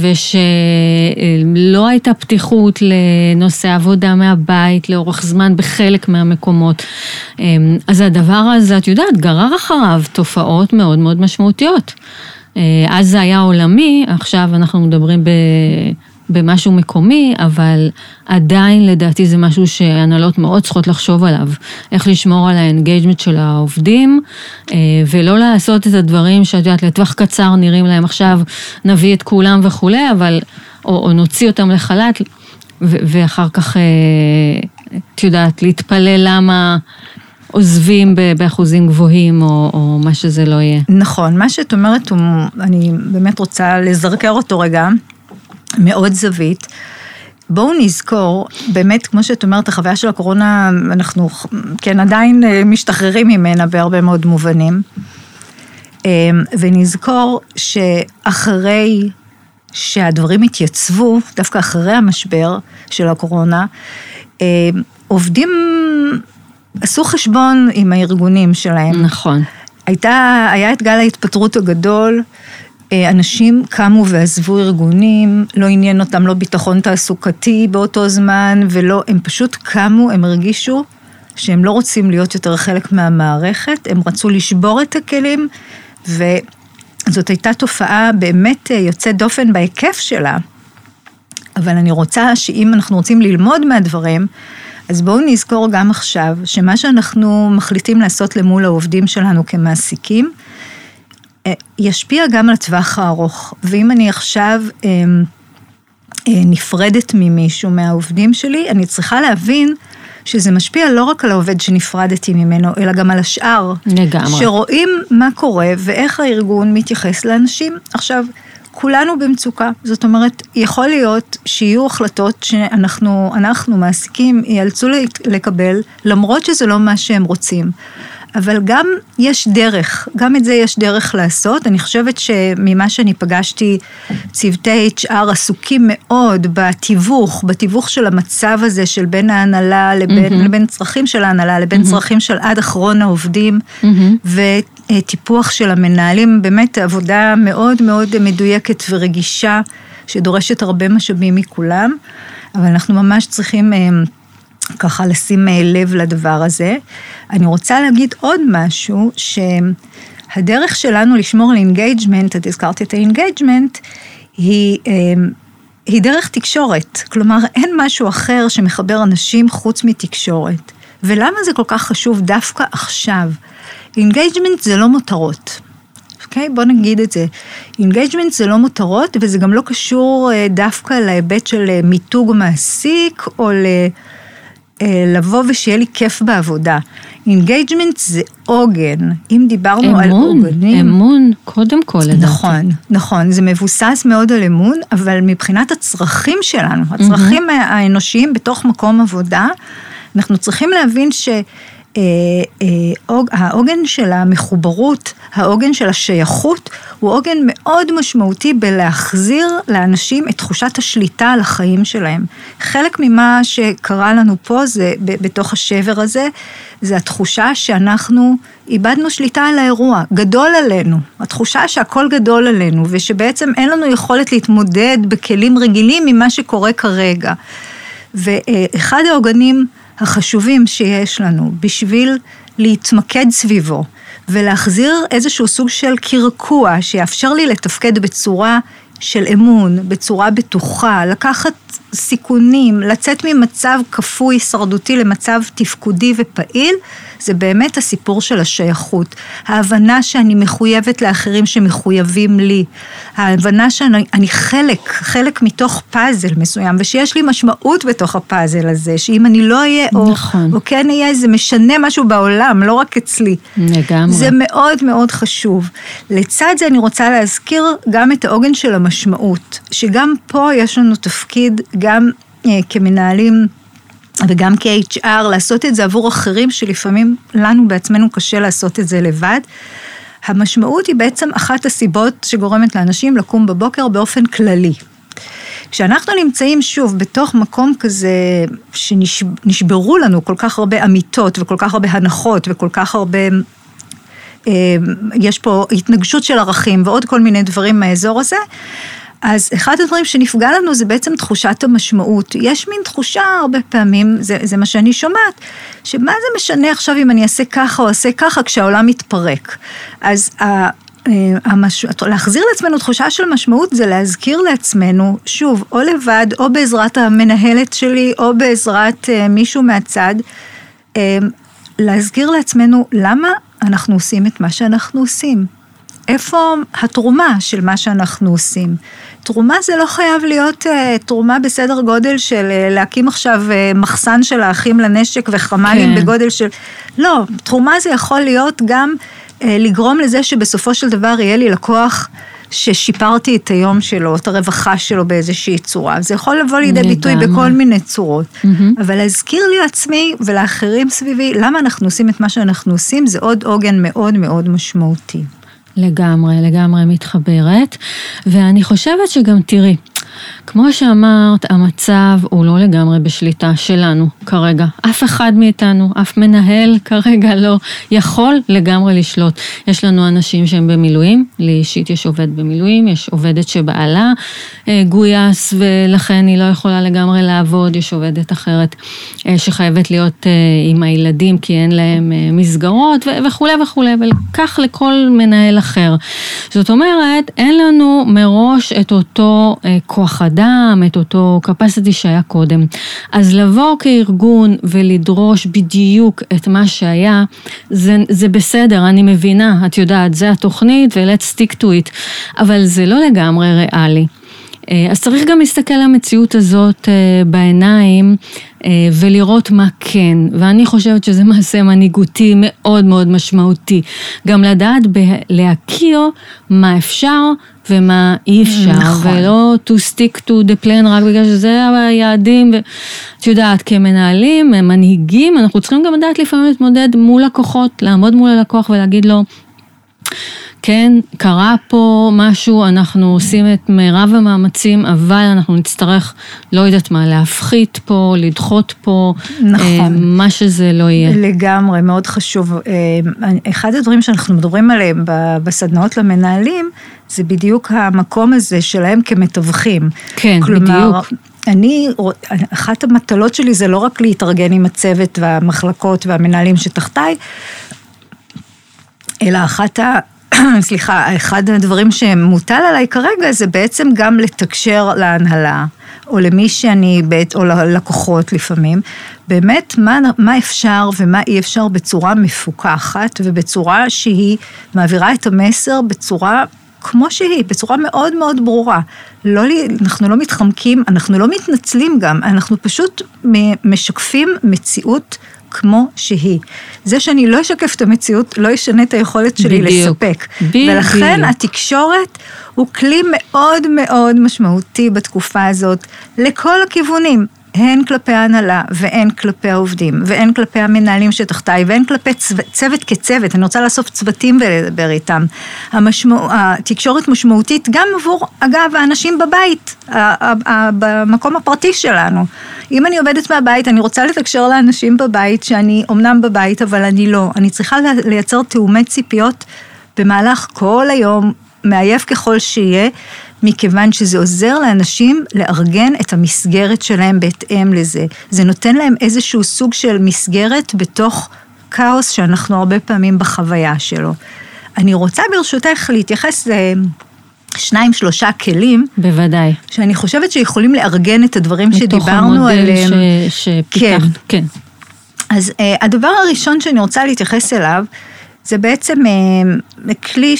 ושלא הייתה פתיחות לנושא עבודה מהבית, לאורך זמן בחלק מהמקומות. אז הדבר הזה, את יודעת, גרר אחריו תופעות מאוד מאוד משמעותיות. אז זה היה עולמי, עכשיו אנחנו מדברים במשהו מקומי, אבל עדיין לדעתי זה משהו שהנהלות מאוד צריכות לחשוב עליו, איך לשמור על האנגייג'מנט של העובדים, ולא לעשות את הדברים שאת יודעת, לטווח קצר נראים להם עכשיו, נביא את כולם וכו', אבל, או נוציא אותם לחל"ת, ואחר כך, את יודעת, להתפלל למה עוזבים באחוזים גבוהים, או מה שזה לא יהיה. נכון, מה שאת אומרת, אני באמת רוצה לזרקר אותו רגע, מאוד זווית. בואו נזכור, באמת, כמו שאת אומרת, החוויה של הקורונה, אנחנו כן עדיין משתחררים ממנה בהרבה מאוד מובנים, ונזכור שאחרי שהדברים התייצבו, דווקא אחרי המשבר של הקורונה, עובדים עשו חשבון עם הארגונים שלהם. נכון. היה את גל ההתפטרות הגדול, אנשים קמו ועזבו ארגונים, לא עניין אותם לא ביטחון תעסוקתי באותו זמן, הם פשוט קמו, הם הרגישו שהם לא רוצים להיות יותר חלק מהמערכת, הם רצו לשבור את הכלים, וזאת הייתה תופעה באמת יוצאת דופן בהיקף שלה, אבל אני רוצה שאם אנחנו רוצים ללמוד מהדברים, אז בואו נזכור גם עכשיו, שמה שאנחנו מחליטים לעשות למול העובדים שלנו כמעסיקים, ישפיע גם על הטווח הארוך, ואם אני עכשיו נפרדת ממישהו מהעובדים שלי, אני צריכה להבין שזה משפיע לא רק על העובד שנפרדתי ממנו, אלא גם על השאר, לגמרי. שרואים מה קורה ואיך הארגון מתייחס לאנשים. עכשיו, כולנו במצוקה, זאת אומרת, יכול להיות שיהיו החלטות שאנחנו מעסיקים, ייאלצו לקבל, למרות שזה לא מה שהם רוצים. אבל גם יש דרך, גם את זה יש דרך לעשות. אני חושבת שממה שאני פגשתי, צוותי HR עסוקים מאוד בתיווך של המצב הזה, של בין ההנהלה לבין צרכים של ההנהלה, לבין צרכים של עד אחרון העובדים, וטיפוח של המנהלים, באמת עבודה מאוד מאוד מדויקת ורגישה, שדורשת הרבה משאבים מכולם, אבל אנחנו ממש צריכים ככה לשים לב לדבר הזה. אני רוצה להגיד עוד משהו, שהדרך שלנו לשמור על אינגייג'מנט, את הזכרתי את האינגייג'מנט, היא דרך תקשורת. כלומר, אין משהו אחר שמחבר אנשים חוץ מתקשורת. ולמה זה כל כך חשוב דווקא עכשיו? אינגייג'מנט זה לא מותרות. אוקיי? בוא נגיד את זה. אינגייג'מנט זה לא מותרות, וזה גם לא קשור דווקא להיבט של מיתוג מעסיק, או לבוא ושיהיה לי כיף בעבודה. אינגייג'מנט זה עוגן. אם דיברנו על עוגנים... אמון, קודם כל, לדעתי. נכון, נכון. זה מבוסס מאוד על אמון, אבל מבחינת הצרכים שלנו, הצרכים האנושיים בתוך מקום עבודה, אנחנו צריכים להבין העוגן של המחוברות, העוגן של השייכות, הוא עוגן מאוד משמעותי בלהחזיר לאנשים את תחושת השליטה על החיים שלהם. חלק ממה שקרה לנו פה, זה, בתוך השבר הזה, זה התחושה שאנחנו איבדנו שליטה על האירוע, גדול עלינו, התחושה שהכל גדול עלינו, ושבעצם אין לנו יכולת להתמודד בכלים רגילים ממה שקורה כרגע. ואחד העוגנים החשובים שיש לנו בשביל להתמקד סביבו ולהחזיר איזשהו סוג של קרקוע שיאפשר לי לתפקד בצורה של אמון, בצורה בטוחה, לקחת סיכונים, לצאת ממצב כפוי, הישרדותי למצב תפקודי ופעיל, זה באמת הסיפור של השייכות. ההבנה שאני מחויבת לאחרים שמחויבים לי. ההבנה שאני חלק מתוך פאזל מסוים, ושיש לי משמעות בתוך הפאזל הזה, שאם אני לא אהיה, נכון. או כן אהיה, זה משנה משהו בעולם, לא רק אצלי. לגמרי. זה מאוד מאוד חשוב. לצד זה אני רוצה להזכיר גם את העוגן של המשמעות, שגם פה יש לנו תפקיד, גם כמנהלים, וגם כ-HR, לעשות את זה עבור אחרים, שלפעמים לנו בעצמנו קשה לעשות את זה לבד. המשמעות היא בעצם אחת הסיבות שגורמת לאנשים לקום בבוקר באופן כללי. כשאנחנו נמצאים שוב בתוך מקום כזה, שנשברו לנו כל כך הרבה אמיתות, וכל כך הרבה הנחות, וכל כך הרבה, יש פה התנגשות של ערכים, ועוד כל מיני דברים מהאזור הזה, אז אחד הדברים שנפגע לנו זה בעצם תחושת המשמעות. יש מין תחושה הרבה פעמים, זה מה שאני שומעת, שמה זה משנה עכשיו אם אני אעשה ככה או אעשה ככה כשהעולם מתפרק. אז להחזיר לעצמנו תחושה של משמעות זה להזכיר לעצמנו, שוב, או לבד, או בעזרת המנהלת שלי, או בעזרת מישהו מהצד, להזכיר לעצמנו למה אנחנו עושים את מה שאנחנו עושים. איפה התרומה של מה שאנחנו עושים? תרומה זה לא חייב להיות תרומה בסדר גודל של להקים עכשיו מחסן של האחים לנשק וחמלים בגודל של... לא, תרומה זה יכול להיות גם לגרום לזה שבסופו של דבר יהיה לי לקוח ששיפרתי את היום שלו, את הרווחה שלו באיזושהי צורה. זה יכול לבוא לידי ביטוי בכל מיני צורות. אבל להזכיר לי לעצמי ולאחרים סביבי, למה אנחנו עושים את מה שאנחנו עושים, זה עוד עוגן מאוד מאוד משמעותי. לגמרי מתחברת, ואני חושבת שגם תראי, כמו שאמרת, המצב הוא לא לגמרי בשליטה שלנו כרגע. אף אחד מאיתנו, אף מנהל כרגע לא יכול לגמרי לשלוט. יש לנו אנשים שהם במילואים, לי אישית יש עובד במילואים, יש עובדת שבעלה גויס ולכן היא לא יכולה לגמרי לעבוד, יש עובדת אחרת שחייבת להיות עם הילדים כי אין להם מסגרות וכו' וכו', וכך לכל מנהל אחר. זאת אומרת, אין לנו מראש את אותו כוח אדם, את אותו capacity שהיה קודם. אז לבוא כארגון ולדרוש בדיוק את מה שהיה, זה בסדר, אני מבינה, את יודעת, זה התוכנית ו-let's stick to it, אבל זה לא לגמרי ריאלי. אז צריך גם להסתכל על המציאות הזאת בעיניים ולראות מה כן, ואני חושבת שזה מעשה מנהיגותי מאוד מאוד משמעותי, גם לדעת להכיר מה אפשר ומה אי אפשר, נכון. ולא to stick to the plan רק בגלל שזה היעדים, ואת יודעת, כמנהלים, מנהיגים, אנחנו צריכים גם לדעת לפעמים להתמודד מול לקוחות, לעמוד מול הלקוח ולהגיד לו, כן, קרה פה משהו, אנחנו עושים את מירב המאמצים, אבל אנחנו נצטרך, לא יודעת מה, להפחית פה, לדחות פה, נכון. מה שזה לא יהיה. לגמרי, מאוד חשוב. אחד הדברים שאנחנו מדברים עליהם בסדנאות למנהלים, זה בדיוק המקום הזה שלהם כמתווכים. כן, כלומר, בדיוק. אחת המטלות שלי זה לא רק להתארגן עם הצוות והמחלקות והמנהלים שתחתיי, אלא אחד הדברים שמוטל עליי כרגע, זה בעצם גם לתקשר להנהלה, או למי שאני, או ללקוחות לפעמים, באמת מה אפשר ומה אי אפשר בצורה מפוקחת, ובצורה שהיא מעבירה את המסר בצורה כמו שהיא, בצורה מאוד מאוד ברורה. אנחנו לא מתחמקים, אנחנו לא מתנצלים גם, אנחנו פשוט משקפים מציאות כמו שהיא. זה שאני לא אשקף את המציאות, לא ישנה את היכולת שלי לספק. ולכן התקשורת הוא כלי מאוד מאוד משמעותי בתקופה הזאת, לכל הכיוונים. הן כלפי ההנהלה, והן כלפי העובדים, והן כלפי המנהלים שתחתיי, והן כלפי צוות כצוות, אני רוצה לאסוף צוותים ולדבר איתם. התקשורת משמעותית גם עבור, אגב, האנשים בבית, במקום הפרטי שלנו. אם אני עובדת מהבית, אני רוצה לתקשר לאנשים בבית, שאני אומנם בבית, אבל אני לא. אני צריכה לייצר תאומי ציפיות במהלך כל היום, מעייף ככל שיהיה, מכיוון שזה עוזר לאנשים לארגן את המסגרת שלהם בהתאם לזה. זה נותן להם איזשהו סוג של מסגרת בתוך כאוס שאנחנו הרבה פעמים בחוויה שלו. אני רוצה ברשותך להתייחס 2-3 כלים. בוודאי. שאני חושבת שיכולים לארגן את הדברים שדיברנו עליהם. מתוך המודל שפיתחת, כן. אז הדבר הראשון שאני רוצה להתייחס אליו, זה בעצם כלי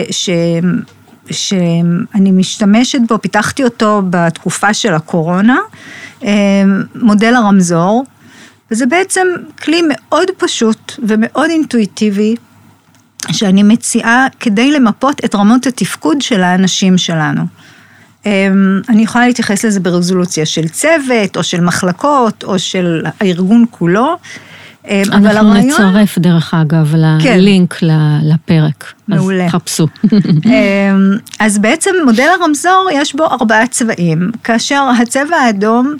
שאני משתמשת בו, פיתחתי אותו בתקופה של הקורונה, מודל הרמזור, וזה בעצם כלי מאוד פשוט ומאוד אינטואיטיבי, שאני מציעה כדי למפות את רמות התפקוד של האנשים שלנו. אני יכולה להתייחס לזה ברזולוציה של צוות, או של מחלקות, או של הארגון כולו, אנחנו נצרף דרך אגב ללינק לפרק, מעולה. אז חפשו. אז בעצם מודל הרמזור יש בו 4 צבעים, כאשר הצבע האדום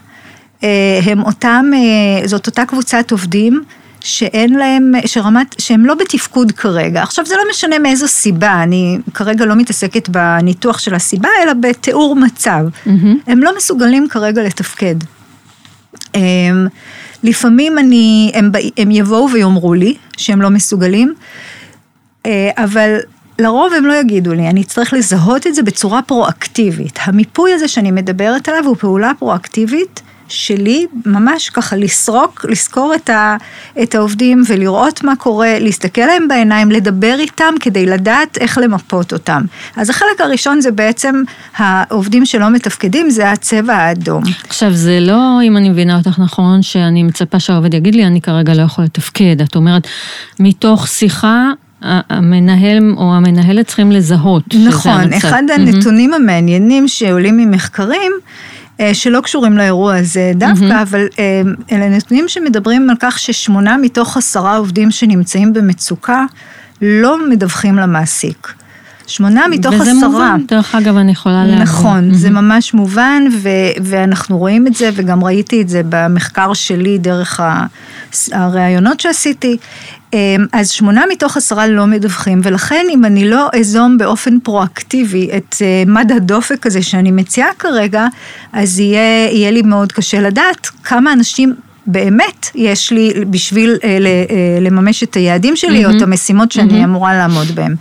זאת אותה קבוצת עובדים שאין להם, שהם לא בתפקוד כרגע. עכשיו זה לא משנה מאיזו סיבה, אני כרגע לא מתעסקת בניתוח של הסיבה, אלא בתיאור מצב. הם לא מסוגלים כרגע לתפקד. לפעמים הם יבואו ויאמרו לי שהם לא מסוגלים, אבל לרוב הם לא יגידו לי, אני צריך לזהות את זה בצורה פרואקטיבית. המיפוי הזה שאני מדברת עליו הוא פעולה פרואקטיבית שלי, ממש ככה לזכור את העובדים ולראות מה קורה, להסתכל להם בעיניים, לדבר איתם כדי לדעת איך למפות אותם. אז החלק הראשון זה בעצם העובדים שלא מתפקדים, זה הצבע האדום. עכשיו זה לא, אם אני מבינה אותך נכון, שאני מצפה שהעובד יגיד לי, אני כרגע לא יכול לתפקד. את אומרת, מתוך שיחה, המנהל או המנהלת צריכים לזהות. נכון, אחד הנתונים המעניינים שעולים ממחקרים, שלא קשורים לאירוע הזה דווקא, אבל אלה נתונים שמדברים על כך ש8 מתוך 10 עובדים שנמצאים במצוקה, לא מדווחים למעסיק. 8 מתוך 10. וזה מובן, דרך אגב אני יכולה להבין. נכון, זה ממש מובן, ואנחנו רואים את זה, וגם ראיתי את זה במחקר שלי, דרך הרעיונות שעשיתי, אז 8 מתוך 10 לא מדווחים, ולכן אם אני לא אזום באופן פרואקטיבי את מד הדופק הזה שאני מציעה כרגע, אז יהיה לי מאוד קשה לדעת כמה אנשים באמת יש לי בשביל לממש את היעדים שלי, או את המשימות שאני אמורה לעמוד בהם.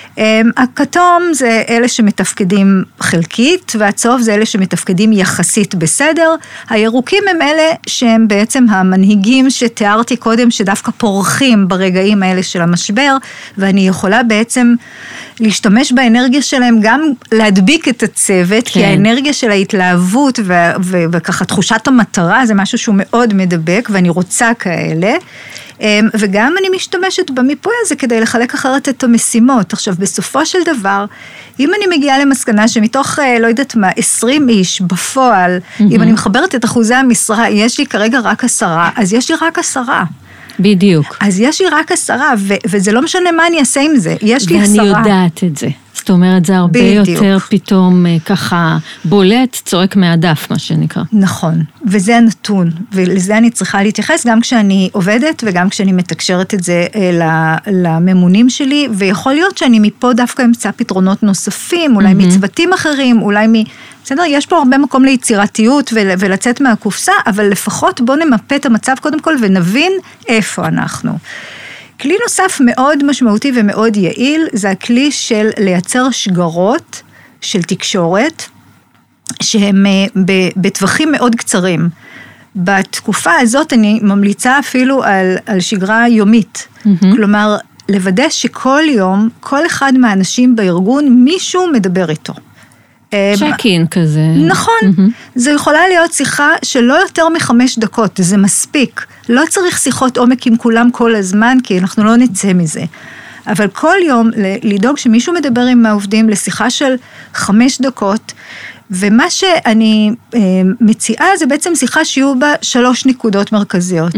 הכתום זה אלה שמתפקדים חלקית, והצהוב זה אלה שמתפקדים יחסית בסדר. הירוקים הם אלה שהם בעצם המנהיגים שתיארתי קודם, שדווקא פורחים ברגעים האלה של המשבר, ואני יכולה בעצם להשתמש באנרגיה שלהם, גם להדביק את הצוות, כי האנרגיה של ההתלהבות וככה תחושת המטרה, זה משהו שהוא מאוד מדבק, ואני רוצה כאלה. וגם אני משתמשת במיפוי הזה כדי לחלק אחרת את המשימות. עכשיו, בסופו של דבר, אם אני מגיעה למסקנה שמתוך, לא יודעת מה, 20 איש בפועל, אם אני מחברת את אחוזי המשרה, יש לי כרגע רק 10, אז יש לי רק 10. בדיוק. אז יש לי רק 10, וזה לא משנה מה אני אעשה עם זה, יש לי 10. ואני יודעת את זה. זאת אומרת, זה הרבה יותר פתאום ככה בולט, צועק מהדף, מה שנקרא. נכון, וזה הנתון, ולזה אני צריכה להתייחס גם כשאני עובדת, וגם כשאני מתקשרת את זה לממונים שלי, ויכול להיות שאני מפה דווקא אמצא פתרונות נוספים, אולי מצוותים אחרים, אולי בסדר, יש פה הרבה מקום ליצירתיות ולצאת מהקופסה, אבל לפחות בוא נמפה את המצב קודם כל, ונבין איפה אנחנו. כלי נוסף מאוד משמעותי ומאוד יעיל, זה הכלי של לייצר שגרות של תקשורת, שהם בטווחים מאוד קצרים. בתקופה הזאת אני ממליצה אפילו על שגרה יומית. כלומר, לוודא שכל יום, כל אחד מהאנשים בארגון, מישהו מדבר איתו. צ'ק-אין כזה. נכון, זו יכולה להיות שיחה שלא יותר מ5 דקות, זה מספיק. לא צריך שיחות עומק עם כולם כל הזמן, כי אנחנו לא נצא מזה. אבל כל יום לדאוג שמישהו מדבר עם העובדים לשיחה של 5 דקות, ומה שאני מציעה זה בעצם שיחה שיהיו בה 3 נקודות מרכזיות.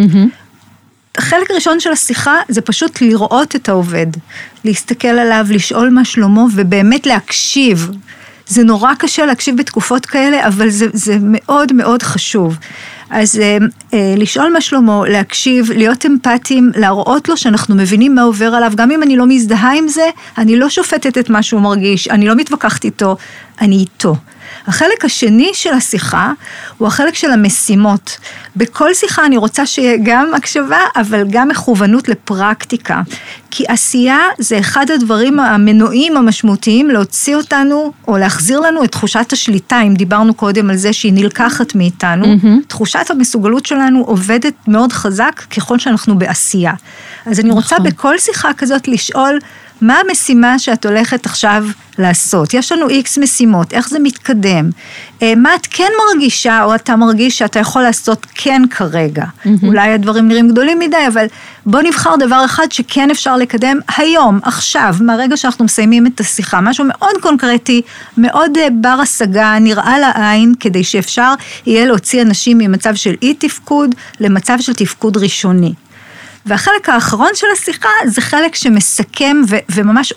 החלק הראשון של השיחה זה פשוט לראות את העובד, להסתכל עליו, לשאול מה שלומו ובאמת להקשיב. זה נורא קשה להקשיב בתקופות כאלה, אבל זה מאוד מאוד חשוב. אז לשאול מה שלומו, להקשיב, להיות אמפתיים, להראות לו שאנחנו מבינים מה עובר עליו, גם אם אני לא מזדהה עם זה, אני לא שופטת את מה שהוא מרגיש, אני לא מתווכחת איתו, אני איתו. החלק השני של השיחה הוא החלק של המשימות. בכל שיחה אני רוצה שיהיה גם הקשבה, אבל גם מכוונות לפרקטיקה. כי עשייה זה אחד הדברים המנועים המשמעותיים להוציא אותנו, או להחזיר לנו את תחושת השליטה, אם דיברנו קודם על זה שהיא נלקחת מאיתנו. תחושת המסוגלות שלנו עובדת מאוד חזק ככל שאנחנו בעשייה. אז אני רוצה בכל שיחה כזאת לשאול, מה המשימה שאת הולכת עכשיו לעשות? יש לנו X משימות, איך זה מתקדם? מה את כן מרגישה, או אתה מרגיש שאתה יכול לעשות כן כרגע? אולי הדברים נראים גדולים מדי, אבל בוא נבחר דבר אחד שכן אפשר לקדם היום, עכשיו, מהרגע שאנחנו מסיימים את השיחה, משהו מאוד קונקרטי, מאוד בר השגה, נראה לעין, כדי שאפשר יהיה להוציא אנשים ממצב של אי תפקוד, למצב של תפקוד ראשוני. והחלק האחרון של השיחה זה חלק שמסכם וממש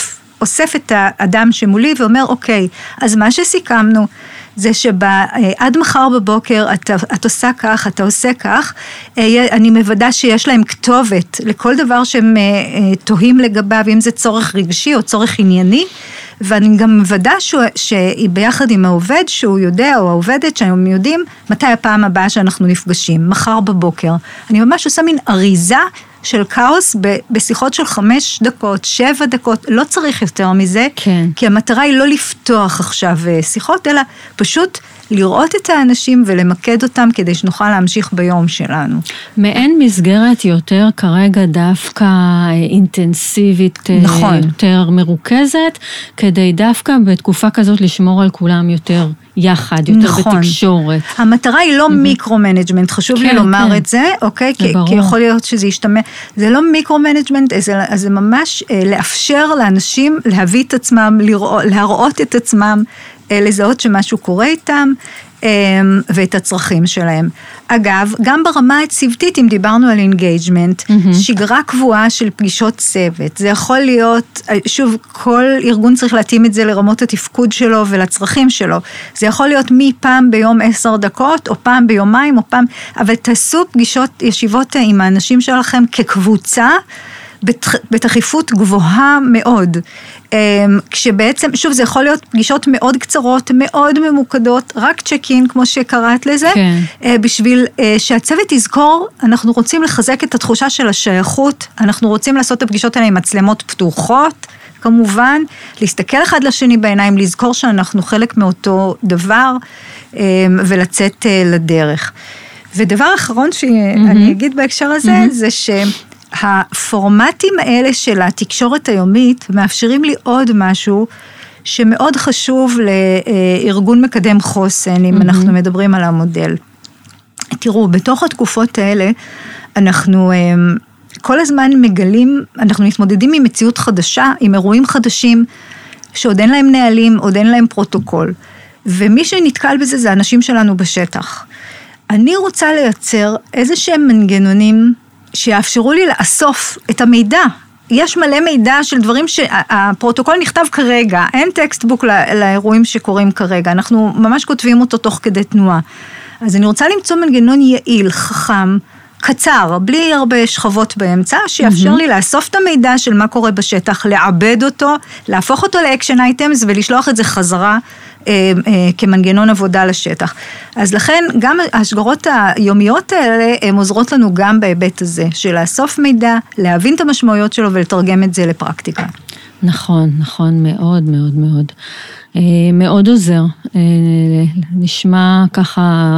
אוסף את האדם שמולי ואומר, אוקיי, אז מה שסיכמנו זה שעד מחר בבוקר את עושה כך, אתה עושה כך, אני מוודא שיש להם כתובת לכל דבר שהם תוהים לגביו, אם זה צורך רגשי או צורך ענייני, ואני גם מוודא שהיא ביחד עם העובד שהוא יודע, או העובדת שהם יודעים מתי הפעם הבאה שאנחנו נפגשים, מחר בבוקר. אני ממש עושה מין אריזה של כאוס בשיחות של 5 דקות, 7 דקות, לא צריך יותר מזה, כן. כי המטרה היא לא לפתוח עכשיו שיחות, אלא פשוט לראות את האנשים ולמקד אותם כדי שנוכל להמשיך ביום שלנו. מעין מסגרת יותר כרגע דווקא אינטנסיבית, נכון. יותר מרוכזת, כדי דווקא בתקופה כזאת לשמור על כולם יותר יחד, יותר נכון. בתקשורת. המטרה היא לא מיקרו-מנג'מנט, חשוב לי לומר את זה, אוקיי? כי יכול להיות שזה ישתמע, זה לא מיקרו-מנג'מנט, אז זה ממש לאפשר לאנשים להביא את עצמם, להראות את עצמם, לזהות שמשהו קורה איתם, ואת הצרכים שלהם. אגב, גם ברמה הצוותית, אם דיברנו על אינגייג'מנט, שגרה קבועה של פגישות צוות, זה יכול להיות, שוב, כל ארגון צריך להתאים את זה לרמות התפקוד שלו ולצרכים שלו, זה יכול להיות מפעם ביום 10 דקות, או פעם ביומיים, או פעם, אבל תעשו פגישות, ישיבות עם האנשים שלכם כקבוצה, בתחיפות גבוהה מאוד, כשבעצם, שוב, זה יכול להיות פגישות מאוד קצרות, מאוד ממוקדות, רק צ'ק-אין, כמו שקראת לזה, כן. בשביל שהצוות יזכור, אנחנו רוצים לחזק את התחושה של השייכות, אנחנו רוצים לעשות את הפגישות האלה עם מצלמות פתוחות, כמובן, להסתכל אחד לשני בעיניים, לזכור שאנחנו חלק מאותו דבר, ולצאת לדרך. ודבר אחרון שאני אגיד בהקשר הזה, זה הפורמטים האלה של התקשורת היומית מאפשרים לי עוד משהו שמאוד חשוב לארגון מקדם חוסן, אם אנחנו מדברים על המודל. תראו, בתוך התקופות האלה אנחנו כל הזמן מגלים, אנחנו מתמודדים עם מציאות חדשה, עם אירועים חדשים, שעוד אין להם נהלים, עוד אין להם פרוטוקול. ומי שנתקל בזה זה האנשים שלנו בשטח. אני רוצה לייצר איזה שהם מנגנונים שיאפשרו לי לאסוף את המידע. יש מלא מידע של דברים שהפרוטוקול נכתב כרגע, אין טקסטבוק לאירועים שקורים כרגע, אנחנו ממש כותבים אותו תוך כדי תנועה. אז אני רוצה למצוא מנגנון יעיל, חכם, קצר, בלי הרבה שכבות באמצע, שיאפשר לי לאסוף את המידע של מה קורה בשטח, לעבד אותו, להפוך אותו לאקשן אייטמס ולשלוח את זה חזרה כמנגנון עבודה לשטח. אז לכן גם השגרות היומיות האלה, הן עוזרות לנו גם בהיבט הזה, של לאסוף מידע, להבין את המשמעויות שלו ולתרגם את זה לפרקטיקה. נכון, נכון, מאוד מאוד מאוד. מאוד עוזר. נשמע ככה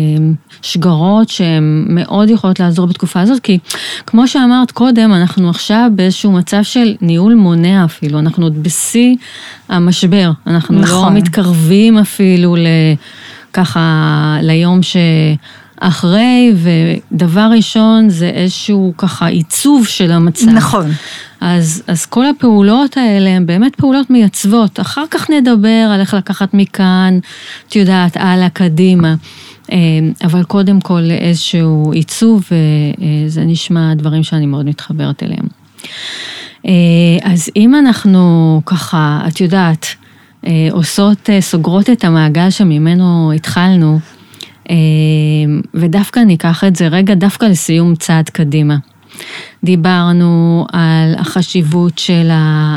שגרות שהן מאוד יכולות לעזור בתקופה הזאת, כי כמו שאמרת קודם, אנחנו עכשיו באיזשהו מצב של ניהול מונע אפילו, אנחנו עוד בשיא המשבר, אנחנו לא מתקרבים אפילו ככה ליום שאחרי, ודבר ראשון זה איזשהו ככה עיצוב של המצב. נכון. אז כל הפעולות האלה הן באמת פעולות מייצבות. אחר כך נדבר על איך לקחת מכאן, את יודעת, הלאה קדימה. אבל קודם כל איזשהו עיצוב, וזה נשמע דברים שאני מאוד מתחברת אליהם. אז אם אנחנו ככה, את יודעת, סוגרות את המעגל שממנו התחלנו, ודווקא ניקח את זה רגע דווקא לסיום צעד קדימה. דיברנו על החשיבות של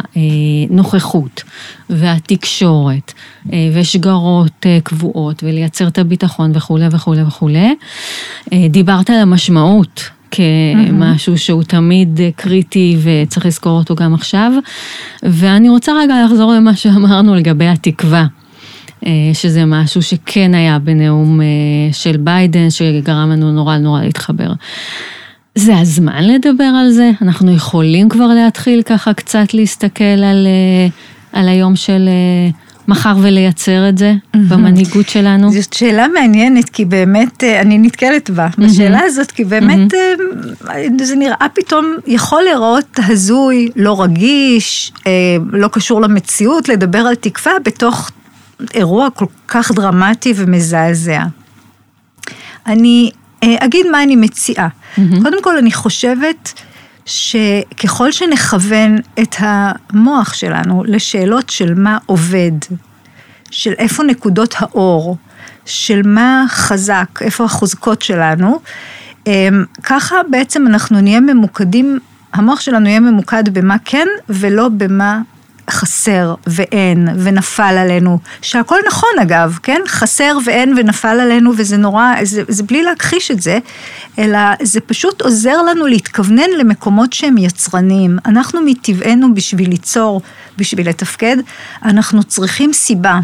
הנוכחות והתקשורת ושגרות קבועות ולייצר את הביטחון וכו' וכו' וכו'. דיברת על המשמעות כמשהו שהוא תמיד קריטי וצריך לזכור אותו גם עכשיו. ואני רוצה רגע לחזור למה שאמרנו לגבי התקווה. שזה משהו שכן היה בנאום של ביידן שגרם לנו נורא להתחבר. זה הזמן לדבר על זה, אנחנו יכולים כבר להתחיל ככה קצת להסתכל על היום של מחר ולייצר את זה במנהיגות שלנו. זאת שאלה מעניינת, כי באמת אני נתקלת בה, בשאלה הזאת, כי באמת זה נראה פתאום יכול לראות הזוי, לא רגיש, לא קשור למציאות, לדבר על תקווה בתוך אירוע כל כך דרמטי ומזעזע. אני אגיד מה אני מציעה. קודם כל אני חושבת שככל שנכוון את המוח שלנו לשאלות של מה עובד, של איפה נקודות האור, של מה חזק, איפה החוזקות שלנו, ככה בעצם אנחנו נהיה ממוקדים, המוח שלנו יהיה ממוקד במה כן ולא במה חסר ואין ונפל עלינו, שהכל נכון אגב, כן? חסר ואין ונפל עלינו, וזה נורא, זה בלי להכחיש את זה, אלא זה פשוט עוזר לנו להתכוונן למקומות שהם יצרניים. אנחנו מטבענו בשביל ליצור, בשביל לתפקד, אנחנו צריכים סיבה.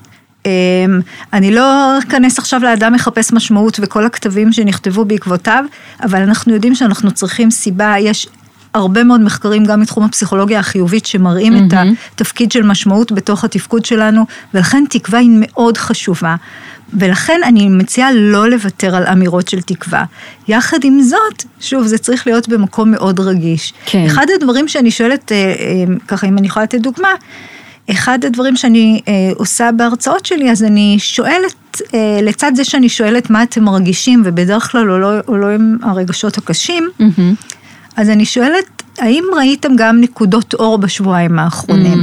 אני לא אכנס עכשיו לאדם מחפש משמעות וכל הכתבים שנכתבו בעקבותיו, אבל אנחנו יודעים שאנחנו צריכים סיבה, יש הרבה מאוד מחקרים גם מתחום הפסיכולוגיה החיובית שמראים את התפקיד של משמעות בתוך התפקוד שלנו, ולכן תקווה היא מאוד חשובה, ולכן אני מציעה לא לוותר על אמירות של תקווה. יחד עם זאת, שוב, זה צריך להיות במקום מאוד רגיש. כן. אחד הדברים שאני שואלת, ככה אם אני יכולה לתת דוגמה, אחד הדברים שאני עושה בהרצאות שלי, אז אני שואלת, לצד זה שאני שואלת מה אתם מרגישים, ובדרך כלל לא הם הרגשות הקשים, אז אני שואלת, האם ראיתם גם נקודות אור בשבועיים האחרונים?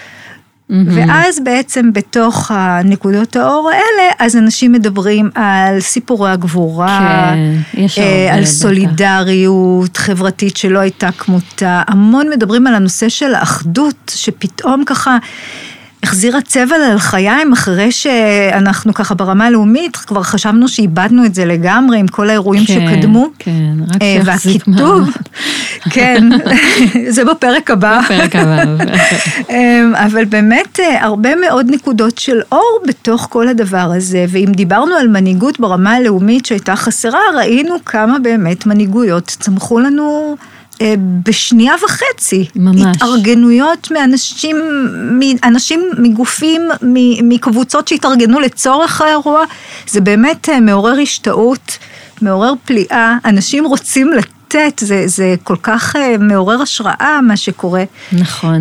ואז בעצם בתוך הנקודות האור האלה, אז אנשים מדברים על סיפורי הגבורה, על סולידריות חברתית שלא הייתה כמותה, המון מדברים על הנושא של האחדות, שפתאום ככה החזירה צבע לחיים, אחרי שאנחנו ככה ברמה הלאומית, כבר חשבנו שאיבדנו את זה לגמרי, עם כל האירועים שקדמו. כן, רק שיחזיק מעמד. כן, זה בפרק הבא. בפרק הבא. אבל באמת הרבה מאוד נקודות של אור בתוך כל הדבר הזה, ואם דיברנו על מנהיגות ברמה הלאומית שהייתה חסרה, ראינו כמה באמת מנהיגויות צמחו לנו בשנייה וחצי, ממש. התארגנויות מאנשים מגופים, מקבוצות שהתארגנו לצורך האירוע, זה באמת מעורר השתאות, מעורר פליאה, אנשים רוצים לתת, זה כל כך מעורר השראה מה שקורה. נכון.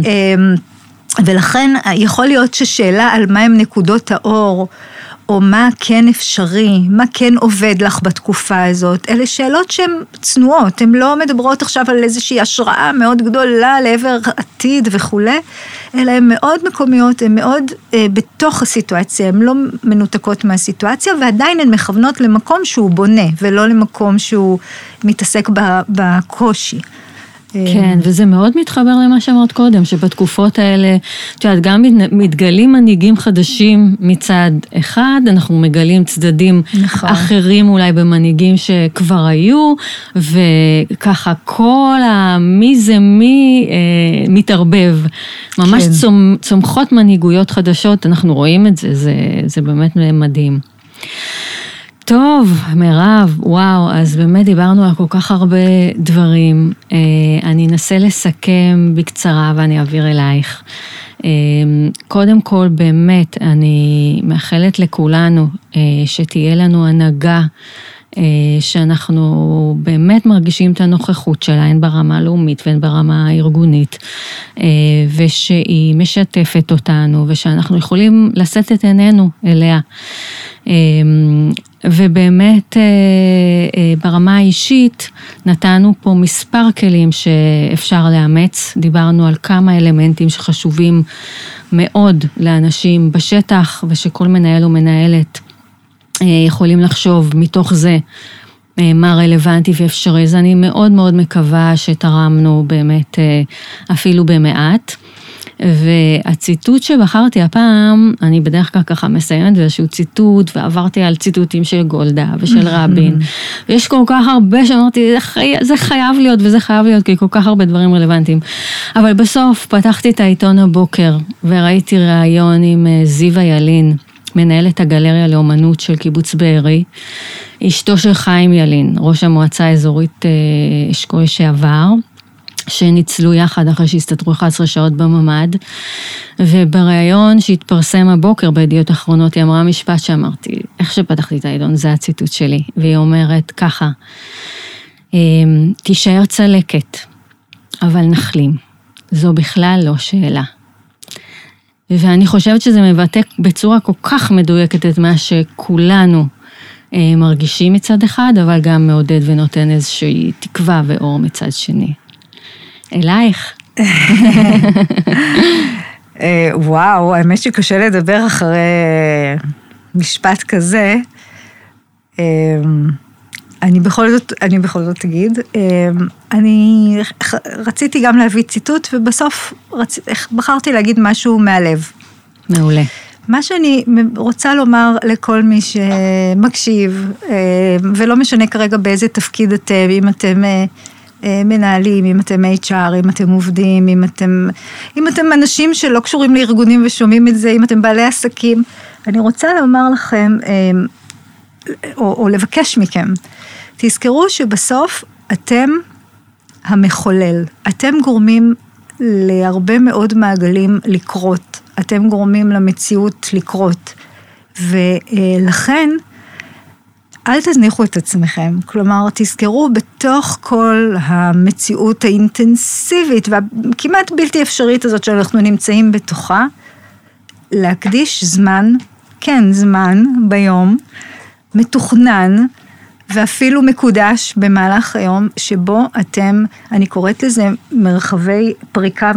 ולכן יכול להיות ששאלה על מה הם נקודות האור, או מה כן אפשרי, מה כן עובד לך בתקופה הזאת, אלה שאלות שהן צנועות, הן לא מדברות עכשיו על איזושהי השראה מאוד גדולה לעבר עתיד וכו', אלא הן מאוד מקומיות, הן מאוד בתוך הסיטואציה, הן לא מנותקות מהסיטואציה, ועדיין הן מכוונות למקום שהוא בונה, ולא למקום שהוא מתעסק בקושי. כן, וזה מאוד מתחבר למה שאמרת קודם, שבתקופות האלה, את יודעת, גם מתגלים מנהיגים חדשים מצד אחד, אנחנו מגלים צדדים אחרים אולי במנהיגים שכבר היו, וככה כל מי זה מי מתערבב, ממש צומחות מנהיגויות חדשות, אנחנו רואים את זה, זה באמת מדהים. טוב, מירב, וואו, אז באמת דיברנו על כל כך הרבה דברים. אני אנסה לסכם בקצרה ואני אעביר אלייך. קודם כל, באמת, אני מאחלת לכולנו שתהיה לנו הנהגה, שאנחנו באמת מרגישים את הנוכחות שלה, הן ברמה הלאומית והן ברמה הארגונית, ושהיא משתפת אותנו, ושאנחנו יכולים לשאת את עינינו אליה. ובאמת ברמה האישית נתנו פה מספר כלים שאפשר לאמץ, דיברנו על כמה אלמנטים שחשובים מאוד לאנשים בשטח, ושכל מנהל ומנהלת יכולים לחשוב מתוך זה מה רלוונטי ואפשרי. אז אני מאוד מאוד מקווה שתרמנו באמת אפילו במעט. והציטוט שבחרתי הפעם, אני בדרך כלל ככה מסיימת באיזשהו ציטוט, ועברתי על ציטוטים של גולדה ושל רבין, ויש כל כך הרבה שאמרתי, זה חייב להיות וזה חייב להיות, כי כל כך הרבה דברים רלוונטיים. אבל בסוף פתחתי את העיתון הבוקר, וראיתי ראיון עם זיווה ילין, מנהלת הגלריה לאומנות של קיבוץ בארי, אשתו של חיים ילין, ראש המועצה האזורית אשכול שעבר, שניצלו יחד אחרי שהסתתרו 11 שעות בממד, ובראיון שהתפרסם הבוקר בידיעות אחרונות, היא אמרה משפט שאמרתי, איך שפתחתי את העיתון, זה הציטוט שלי, והיא אומרת ככה, תישאר צלקת, אבל נחלים, זו בכלל לא שאלה. ואני חושבת שזה מבטא בצורה כל כך מדויקת את מה שכולנו מרגישים מצד אחד, אבל גם מעודד ונותן איזושהי תקווה ואור מצד שני. אלייך. וואו, האמת שקשה לדבר אחרי משפט כזה. אני בכל זאת אגיד, אני רציתי גם להביא ציטוט, ובסוף בחרתי להגיד משהו מהלב. מעולה. מה שאני רוצה לומר לכל מי שמקשיב, ולא משנה כרגע באיזה תפקיד אתם, אם אתם מנהלים, אם אתם HR, אם אתם עובדים, אם אתם אנשים שלא קשורים לארגונים ושומעים את זה, אם אתם בעלי עסקים, אני רוצה לומר לכם, או לבקש מכם, תזכרו שבסוף אתם המחולל, אתם גורמים להרבה מאוד מעגלים לקרות, אתם גורמים למציאות לקרות, ולכן אל תזניחו את עצמכם, כלומר תזכרו בתוך כל המציאות האינטנסיבית והכמעט בלתי אפשרית הזאת שאנחנו נמצאים בתוכה, להקדיש זמן, כן זמן ביום, מתוכנן ואפילו מקודש במהלך היום, שבו אתם, אני קוראת לזה מרחבי פריקה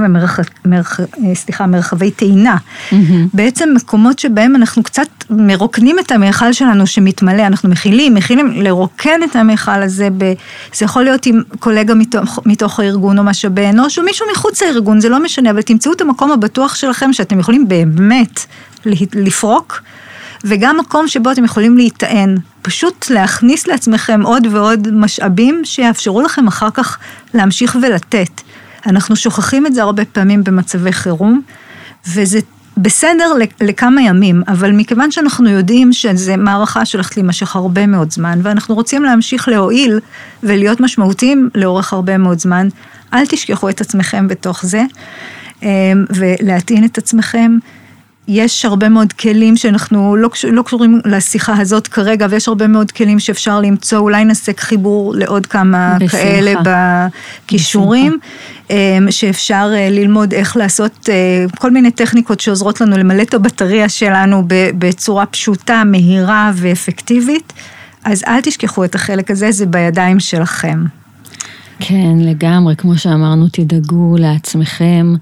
מרחבי טעינה. בעצם מקומות שבהם אנחנו קצת מרוקנים את המאכל שלנו שמתמלא, אנחנו מכילים לרוקן את המאכל הזה, זה יכול להיות עם קולגה מתוך הארגון או משאבי אנוש, או מישהו מחוץ לארגון, זה לא משנה, אבל תמצאו את המקום הבטוח שלכם, שאתם יכולים באמת לפרוק, וגם מקום שבו אתם יכולים להיטען, פשוט להכניס לעצמכם עוד ועוד משאבים שיאפשרו לכם אחר כך להמשיך ולתת. אנחנו שוכחים את זה הרבה פעמים במצבי חירום, וזה בסדר לכמה ימים, אבל מכיוון שאנחנו יודעים שזה מערכה שהולכת להימשך הרבה מאוד זמן, ואנחנו רוצים להמשיך להועיל ולהיות משמעותיים לאורך הרבה מאוד זמן, אל תשכחו את עצמכם בתוך זה, ולהטעין את עצמכם. יש הרבה מאוד כלים שאנחנו לא קשורים לשיחה הזאת כרגע, ויש הרבה מאוד כלים שאפשר למצוא, אולי נסק חיבור לעוד כמה כאלה בכישורים, שאפשר ללמוד איך לעשות כל מיני טכניקות שעוזרות לנו למלא את הבטריה שלנו בצורה פשוטה, מהירה ואפקטיבית, אז אל תשכחו את החלק הזה, זה בידיים שלכם. כן, לגמרי, כמו שאמרנו, תדאגו לעצמכם,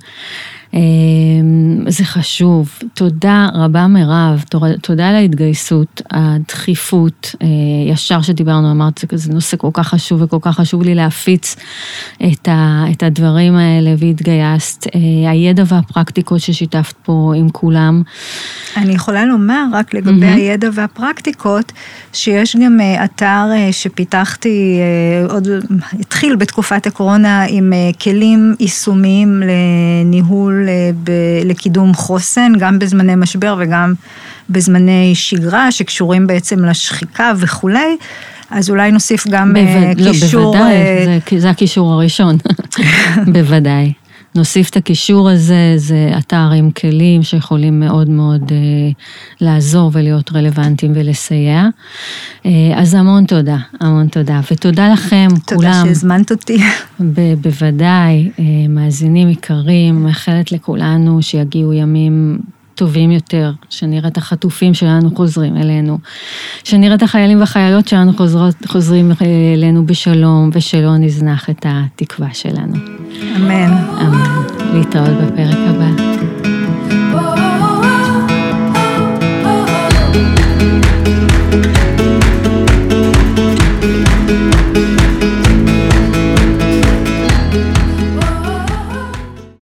זה חשוב. תודה רבה מירב, תודה על ההתגייסות, הדחיפות, ישר שדיברנו, אמרת, זה נושא כל כך חשוב וכל כך חשוב לי להפיץ את הדברים האלה, והתגייסת, הידע והפרקטיקות ששיתפת פה עם כולם. אני יכולה לומר רק לגבי הידע והפרקטיקות, שיש גם אתר שפיתחתי, עוד התחיל בתקופת הקורונה, עם כלים יישומיים לניהול, לקידום חוסן, גם בזמני משבר וגם בזמני שגרה, שקשורים בעצם לשחיקה וכולי, אז אולי נוסיף גם קישור. לא, בוודאי, זה הקישור הראשון, בוודאי. נוסיף את הקישור הזה, זה אתר עם כלים שיכולים מאוד מאוד לעזור ולהיות רלוונטיים ולסייע. אז המון תודה, ותודה לכם כולם. תודה שהזמנת אותי. בוודאי, מאזינים יקרים, מאחלת לכולנו שיגיעו ימים טובים יותר, שנראה את החטופים שלנו חוזרים אלינו, שנראה את החיילים והחיילות שלנו חוזרים אלינו בשלום, ושלא נזנח את התקווה שלנו. אמן. אמן. להתראות בפרק הבא.